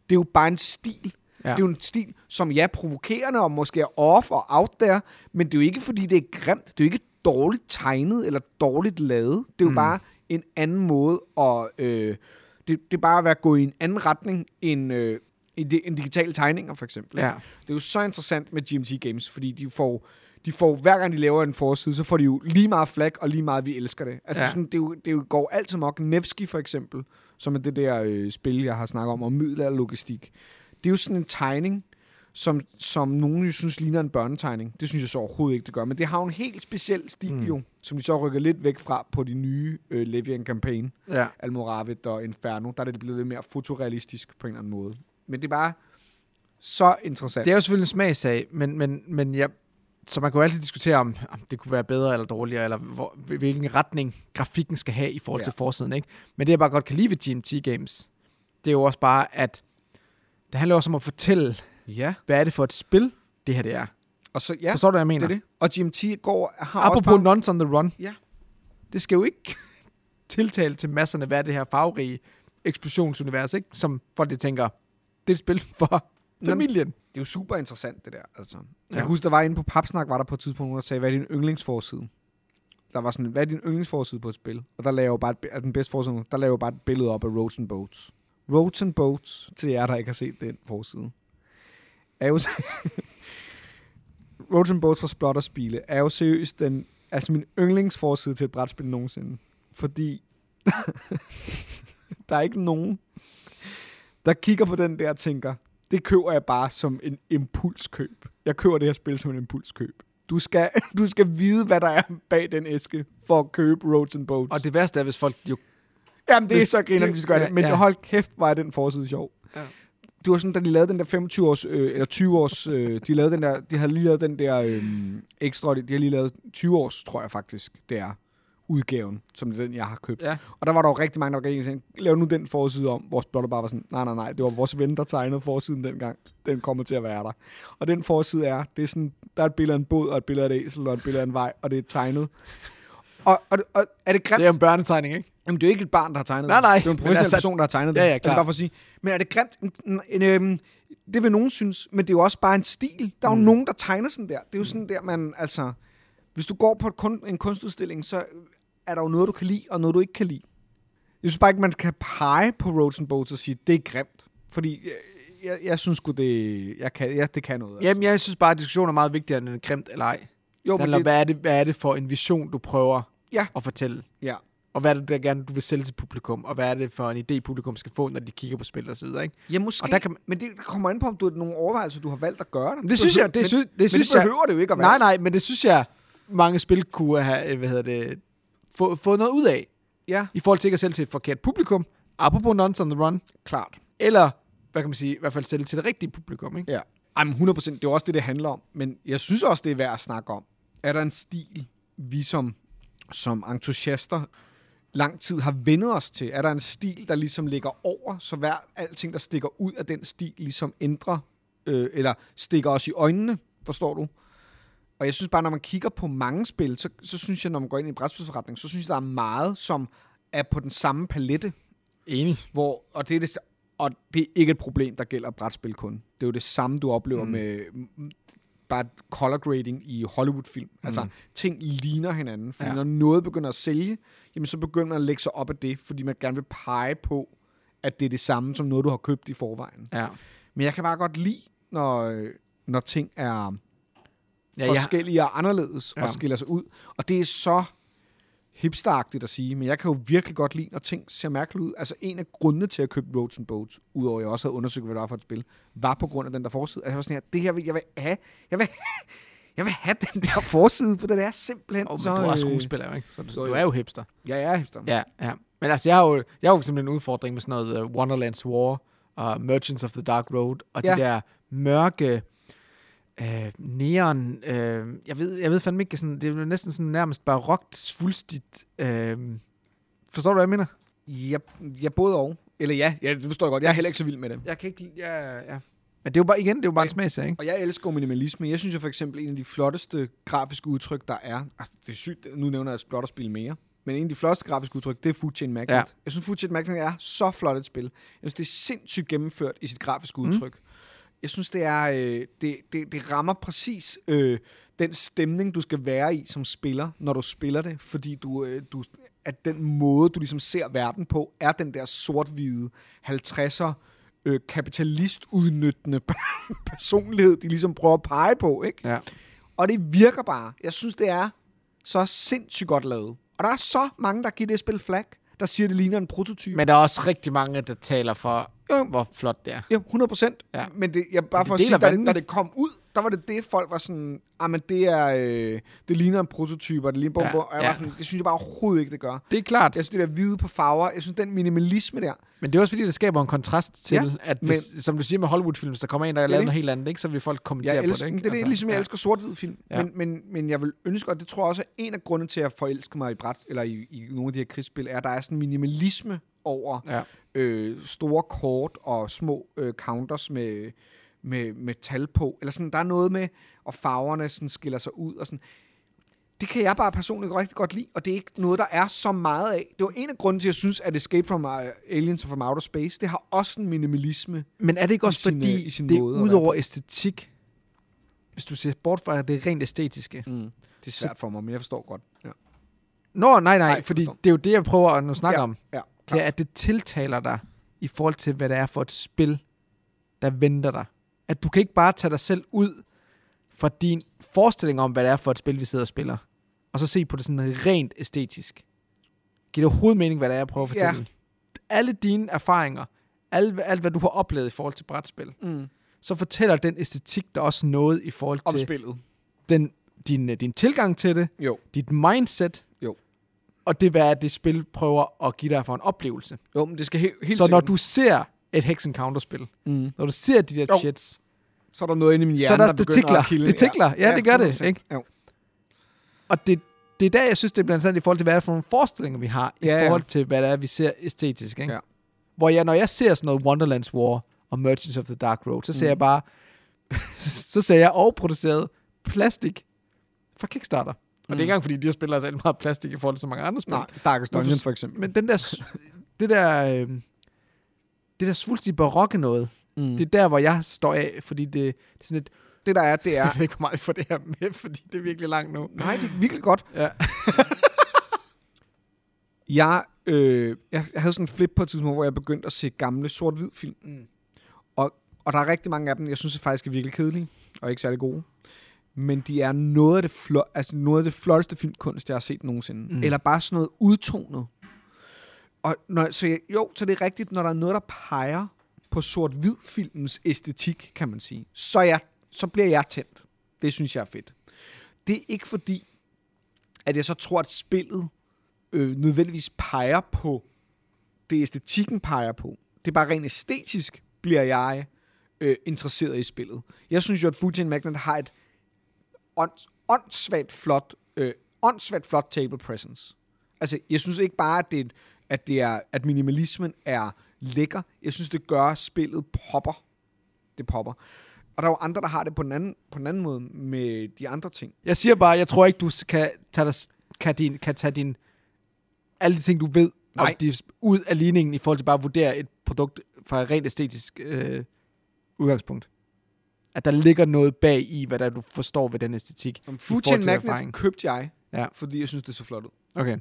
Det er jo bare en stil. Ja. Det er jo en stil, som er provokerende og måske er off og out there, men det er jo ikke, fordi det er grimt. Det er jo ikke dårligt tegnet eller dårligt lavet. Det er jo bare en anden måde, og det er bare at være gået i en anden retning end en digitale tegninger, for eksempel. Ja. Det er jo så interessant med GMT Games, fordi de får, hver gang de laver en forside, så får de jo lige meget flag, og lige meget, vi elsker det. Altså, det går altid nok. Nevsky, for eksempel, som er det der spil, jeg har snakket om middelalderlogistik. Det er jo sådan en tegning, som nogen jo synes ligner en børnetegning. Det synes jeg så overhovedet ikke, det gør. Men det har jo en helt speciel stil jo, som de så rykker lidt væk fra på de nye Levian Campaign. Ja. Almoravit og Inferno. Der er det blevet lidt mere fotorealistisk på en eller anden måde. Men det er bare så interessant. Det er jo selvfølgelig en smagsag, men jeg... Så man kan jo altid diskutere, om det kunne være bedre eller dårligere, eller hvilken retning grafikken skal have i forhold til forsiden, ikke? Men det, jeg bare godt kan lide ved GMT Games, det er jo også bare, at det handler også om at fortælle, hvad er det for et spil, det her det er. Og så, forstår du, hvad jeg mener? Det. Og GMT har apropos også Nons on the Run. Ja. Det skal jo ikke tiltale til masserne, hvad er det her farverige eksplosionsunivers, ikke? Som folk de tænker, det er et spil for familien. Det er jo super interessant, det der. Altså. Jeg kan huske, der var inde på Papsnak, var der på et tidspunkt, der sagde, hvad er din yndlingsforside? Der var sådan, hvad er din yndlingsforside på et spil? Og der lavede jo bare den bedste forside, der lavede jo bare et billede op af Roads and Boats. Roads and Boats, til jer, der ikke har set den forside, er jo Roads and Boats fra Splotterspile er jo seriøst min yndlingsforside til et brætspil nogensinde. Fordi der er ikke nogen, der kigger på den der og tænker, det køber jeg bare som en impulskøb. Jeg køber det her spil som en impulskøb. Du skal vide, hvad der er bag den æske, for at købe Roads and Boats. Og det værste er, hvis folk jo... Jamen, det er så griner, de skal gøre det. Men hold kæft, var den forside sjov. Ja. Det var sådan, da de lavede den der 25-års, eller 20-års... de havde lige lavet den der ekstra... De har lige lavet 20-års, tror jeg faktisk, det er udgaven, som det er den, jeg har købt. Ja. Og der var der jo rigtig mange, der var lav nu den forside om, hvor Splotter bare var sådan, nej, det var vores ven, der tegnede forsiden dengang. Den kommer til at være der. Og den forside det er sådan, der er et billede af en båd, og et billede af et æsel, og et billede af en vej, og det er tegnet. Og er det grimt? Det er en børnetegning, ikke? Jamen, det er jo ikke et barn, der har tegnet nej. Det er en professionel person, der har tegnet det. Ja, klar. Bare for at sige. Men er det grimt? Det vil nogen synes, men det er jo også bare en stil. Der er jo nogen, der tegner sådan der. Det er jo sådan der, man altså... Hvis du går på en kunstudstilling, så er der jo noget, du kan lide, og noget, du ikke kan lide. Jeg synes bare ikke, man kan pege på Roads and Boats og sige, det er grimt. Fordi jeg synes sgu, det kan noget. Jamen, jeg synes bare, at diskussionen er meget vigtigere, end grimt eller ej. Jo, men hvad er det for en vision, du prøver at fortælle? Ja. Og hvad er det, der gerne du vil sælge til publikum? Og hvad er det for en idé, publikum skal få, når de kigger på spil og så videre, ikke? Ja, måske. Og men det kommer ind på, om du har nogle overvejelser, du har valgt at gøre det. Det synes jeg. Det behøver det jo ikke at være. Nej, men det synes jeg, mange spil kunne have, fået noget ud af. Ja. I forhold til ikke at sælge til et forkert publikum. Apropos Nons on the Run. Klart. Eller, hvad kan man sige, i hvert fald sælge til det rigtige publikum, ikke? Ja. Jamen 100%, det er jo også det handler om. Men jeg synes også, det er værd at snakke om. Er der en stil, vi som entusiaster lang tid har vendet os til? Er der en stil, der ligesom ligger over, så hver alting, der stikker ud af den stil, ligesom ændrer, eller stikker os i øjnene, forstår du? Og jeg synes bare, når man kigger på mange spil, så synes jeg, når man går ind i en brætspilsforretning, så synes jeg, der er meget, som er på den samme palette. Enig. Og det er ikke et problem, der gælder brætspil kun. Det er jo det samme, du oplever med bare color grading i Hollywood-film. Altså, ting ligner hinanden. Fordi når noget begynder at sælge, jamen, så begynder man at lægge sig op af det, fordi man gerne vil pege på, at det er det samme, som noget, du har købt i forvejen. Ja. Men jeg kan bare godt lide, når ting er forskellige og anderledes og skiller sig ud. Og det er så hipsteragtigt at sige, men jeg kan jo virkelig godt lide, når ting ser mærkeligt ud. Altså en af grundene til at købe Roads and Boats, udover at jeg også havde undersøgt, hvad det var for et spil, var på grund af den der forside. Altså jeg var sådan her, det her jeg vil have den der forside, for den er simpelthen så... Men du er skuespiller, ikke? Så du er jo hipster. Ja, jeg er hipster. Ja. Men altså, jeg har jo simpelthen en udfordring med sådan noget Wonderland's War og Merchants of the Dark Road, og de der mørke neon, jeg ved fandme ikke sådan, det er jo næsten sådan nærmest barokt, svulstigt. Forstår du, hvad jeg mener? Ja, både og. Eller ja, det forstår jeg godt. Jeg er heller ikke så vild med det. Jeg kan ikke ja. Men det er jo bare, igen, det er jo bare en smagsag, ikke? Og jeg elsker minimalisme. Jeg synes jo for eksempel, en af de flotteste grafiske udtryk, der er, det er sygt, nu nævner jeg et Splotterspil mere, Men en af de flotteste grafiske udtryk, det er Food Chain Magnate. Ja. Jeg synes, Food Chain Magnate er så flot et spil. Jeg synes, det er sindssygt gennemført i sit grafiske udtryk. Jeg synes, det er det rammer præcis den stemning, du skal være i som spiller, når du spiller det. Fordi at den måde, du ligesom ser verden på, er den der sort-hvide 50'er kapitalistudnyttende personlighed, de ligesom prøver at pege på, ikke? Ja. Og det virker bare. Jeg synes, det er så sindssygt godt lavet. Og der er så mange, der giver det spil flag, der siger, det ligner en prototype. Men der er også rigtig mange, der taler for, hvor flot det er. Ja, 100%. Ja. Men jeg bare for at sige, da det kom ud, der var det folk var sådan, men det ligner en prototype, og det ligner og jeg var sådan, det synes jeg bare overhovedet ikke, det gør. Det er klart. Jeg synes, det der hvide på farver, jeg synes, den minimalisme der. Men det er også fordi, det skaber en kontrast til, at hvis, som du siger med Hollywood-film, hvis der kommer en, der har lavet noget helt andet, ikke, så vil folk kommentere på det. Ikke? Det er ligesom, jeg elsker sort-hvid film. Ja. Men jeg vil ønske, og det tror jeg også er en af grundene til, at jeg forelsker mig i bræt, eller i nogle af de her krigsspil, er, at der er sådan minimalisme over store kort og små counters med tal på. Eller sådan, der er noget med, og farverne sådan skiller sig ud. Og sådan. Det kan jeg bare personligt rigtig godt lide, og det er ikke noget, der er så meget af. Det var en af grunden til, at jeg synes, at Escape from Aliens from Outer Space, det har også en minimalisme. Men er det ikke også fordi, det er ud over æstetik, hvis du ser bort fra det rent æstetiske? Det er svært for mig, men jeg forstår godt. Ja. Nej, fordi det er jo det, jeg prøver at snakke om. Ja, det er, at det tiltaler dig i forhold til, hvad det er for et spil, der venter dig. At du kan ikke bare tage dig selv ud fra din forestilling om, hvad det er for et spil, vi sidder og spiller, og så se på det sådan rent æstetisk. Giver det overhovedet mening, hvad det er, jeg prøver at fortælle? Ja. Alle dine erfaringer, alt hvad du har oplevet i forhold til brætspil, så fortæller den æstetik der også noget i forhold til spillet. Din tilgang til det, dit mindset, og det, hvad det spil prøver at give dig for en oplevelse. Jo, men det skal helt så når du ser et Hex Encounter-spil, når du ser de der shits, så er der noget inde i min hjerne, der begynder at kilde. Det tikler. Ja, det gør 100%. Det. Ikke? Jo. Og det er der, jeg synes, det er blandt andet i forhold til, hvad det er for nogle forestillinger, vi har, i forhold til, hvad det er, vi ser æstetisk. Ikke? Ja. Hvor når jeg ser sådan noget Wonderland's War og Merchants of the Dark Road, så ser jeg bare, så ser jeg overproduceret plastik fra Kickstarter. Og det er ikke engang, fordi de spiller altså meget plastik i forhold til så mange andre spil. Nej, Darkest Dungeon for eksempel. Men det der svulstige barokke noget, det er der, hvor jeg står af, fordi det er sådan et... Det der er, det er... Jeg ved ikke, hvor meget vi får det her med, fordi det er virkelig langt nu. Nej, det er virkelig godt. Ja. Jeg havde sådan en flip på et tidspunkt, hvor jeg begyndte at se gamle sort-hvid film. Og der er rigtig mange af dem, jeg synes faktisk er virkelig kedelige, og ikke særlig gode. Men de er noget af det flotteste filmkunst, jeg har set nogensinde. Eller bare sådan noget udtonet. Og så det er rigtigt, når der er noget, der peger på sort-hvid filmens æstetik, kan man sige, så bliver jeg tændt. Det synes jeg er fedt. Det er ikke fordi, at jeg så tror, at spillet nødvendigvis peger på det æstetikken peger på. Det er bare rent æstetisk, bliver jeg interesseret i spillet. Jeg synes jo, at Food Chain Magnate har et åndssvagt flot table presence. Altså, jeg synes ikke bare, at minimalismen er lækker. Jeg synes, det gør spillet popper. Det popper. Og der er jo andre, der har det på en anden måde med de andre ting. Jeg siger bare, jeg tror ikke, du kan tage din alle de ting, du ved, ud af ligningen i forhold til bare at vurdere et produkt fra et rent æstetisk udgangspunkt. At der ligger noget bag i, hvad der du forstår ved den æstetik. Food Chain Magnate købte jeg, fordi jeg synes, det så flot ud. Okay.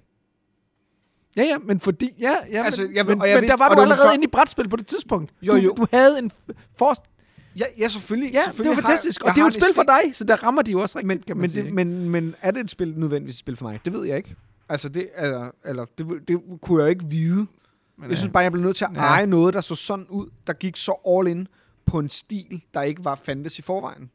Ja, men fordi... Ja, altså, men der var du allerede inde i brætspil på det tidspunkt. Jo. Du havde en Ja, selvfølgelig. Ja, det var fantastisk. Og det er jo et spil for dig, så der rammer de jo også rigtigt, kan man sige. Men er det et spil nødvendigvis et spil for mig? Det ved jeg ikke. Altså, det kunne jeg ikke vide. Men jeg synes bare, jeg blev nødt til at eje noget, der så sådan ud, der gik så all in på en stil, der ikke var fandtes i forvejen.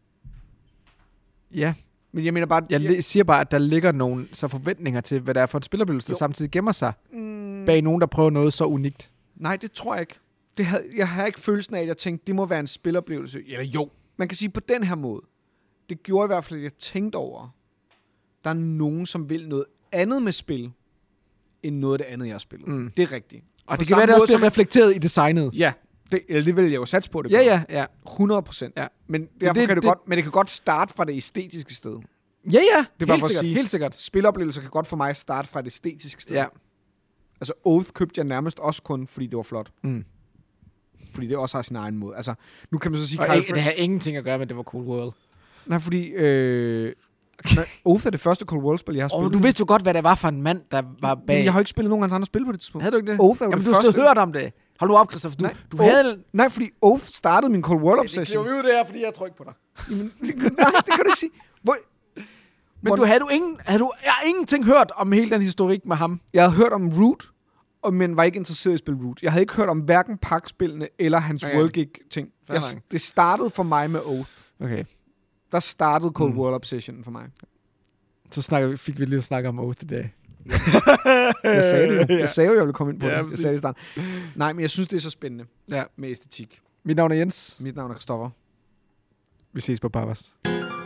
Ja. Men jeg mener bare... Jeg siger bare, at der ligger nogle så forventninger til, hvad der er for en spilleroplevelse, der samtidig gemmer sig bag nogen, der prøver noget så unikt. Nej, det tror jeg ikke. Jeg har ikke følelsen af, at jeg tænkte, det må være en spiloplevelse. Eller jo. Man kan sige på den her måde. Det gjorde i hvert fald, at jeg tænkte over, der er nogen, som vil noget andet med spil, end noget af det andet, jeg har spillet. Det er rigtigt. Og det kan være, det også bliver reflekteret i designet. Ja. Det vil jeg jo satse på, det ja. 100%. Ja. Men det kan godt starte fra det æstetiske sted. Ja, Det er bare helt for at sikkert, sige- helt sikkert. Spiloplevelser kan godt for mig starte fra et æstetisk sted. Ja. Altså Oath købte jeg nærmest også kun, fordi det var flot. Mm. Fordi det også har sin egen måde. Altså, nu kan man så sige... Og Kyle det har ingenting at gøre med, at det var Cold World. Nej, fordi... Oath er det første Cold World-spil, jeg har spillet. Og du vidste jo godt, hvad det var for en mand, der var bag. Men jeg har ikke spillet nogen andre spil på det tidspunkt. Havde du ikke det? Oath er jo Jamen, det du har første... hørt om det. Hold nu op, Christoph. Du havde... Nej, fordi Oath startede min Cold World obsession. vi ud det her, fordi jeg tror ikke på dig. Jamen, nej, det kan du ikke sige. Men jeg har ingenting hørt om hele den historik med ham. Jeg havde hørt om Root, men var ikke interesseret i at spille Root. Jeg havde ikke hørt om hverken pakspillene eller hans World Gig-ting. Det startede for mig med Oath. Okay. Der startede Cold World obsession for mig. Så fik vi lige at snakke om Oath i dag. Jeg sagde det jo. Jeg sagde jo, jeg ville komme ind på Ja, det. Jeg præcis. sagde det i starten. Nej, men jeg synes, det er så spændende Ja. med æstetik. Mit navn er Jens. Mit navn er Christoffer. Vi ses på Barbers.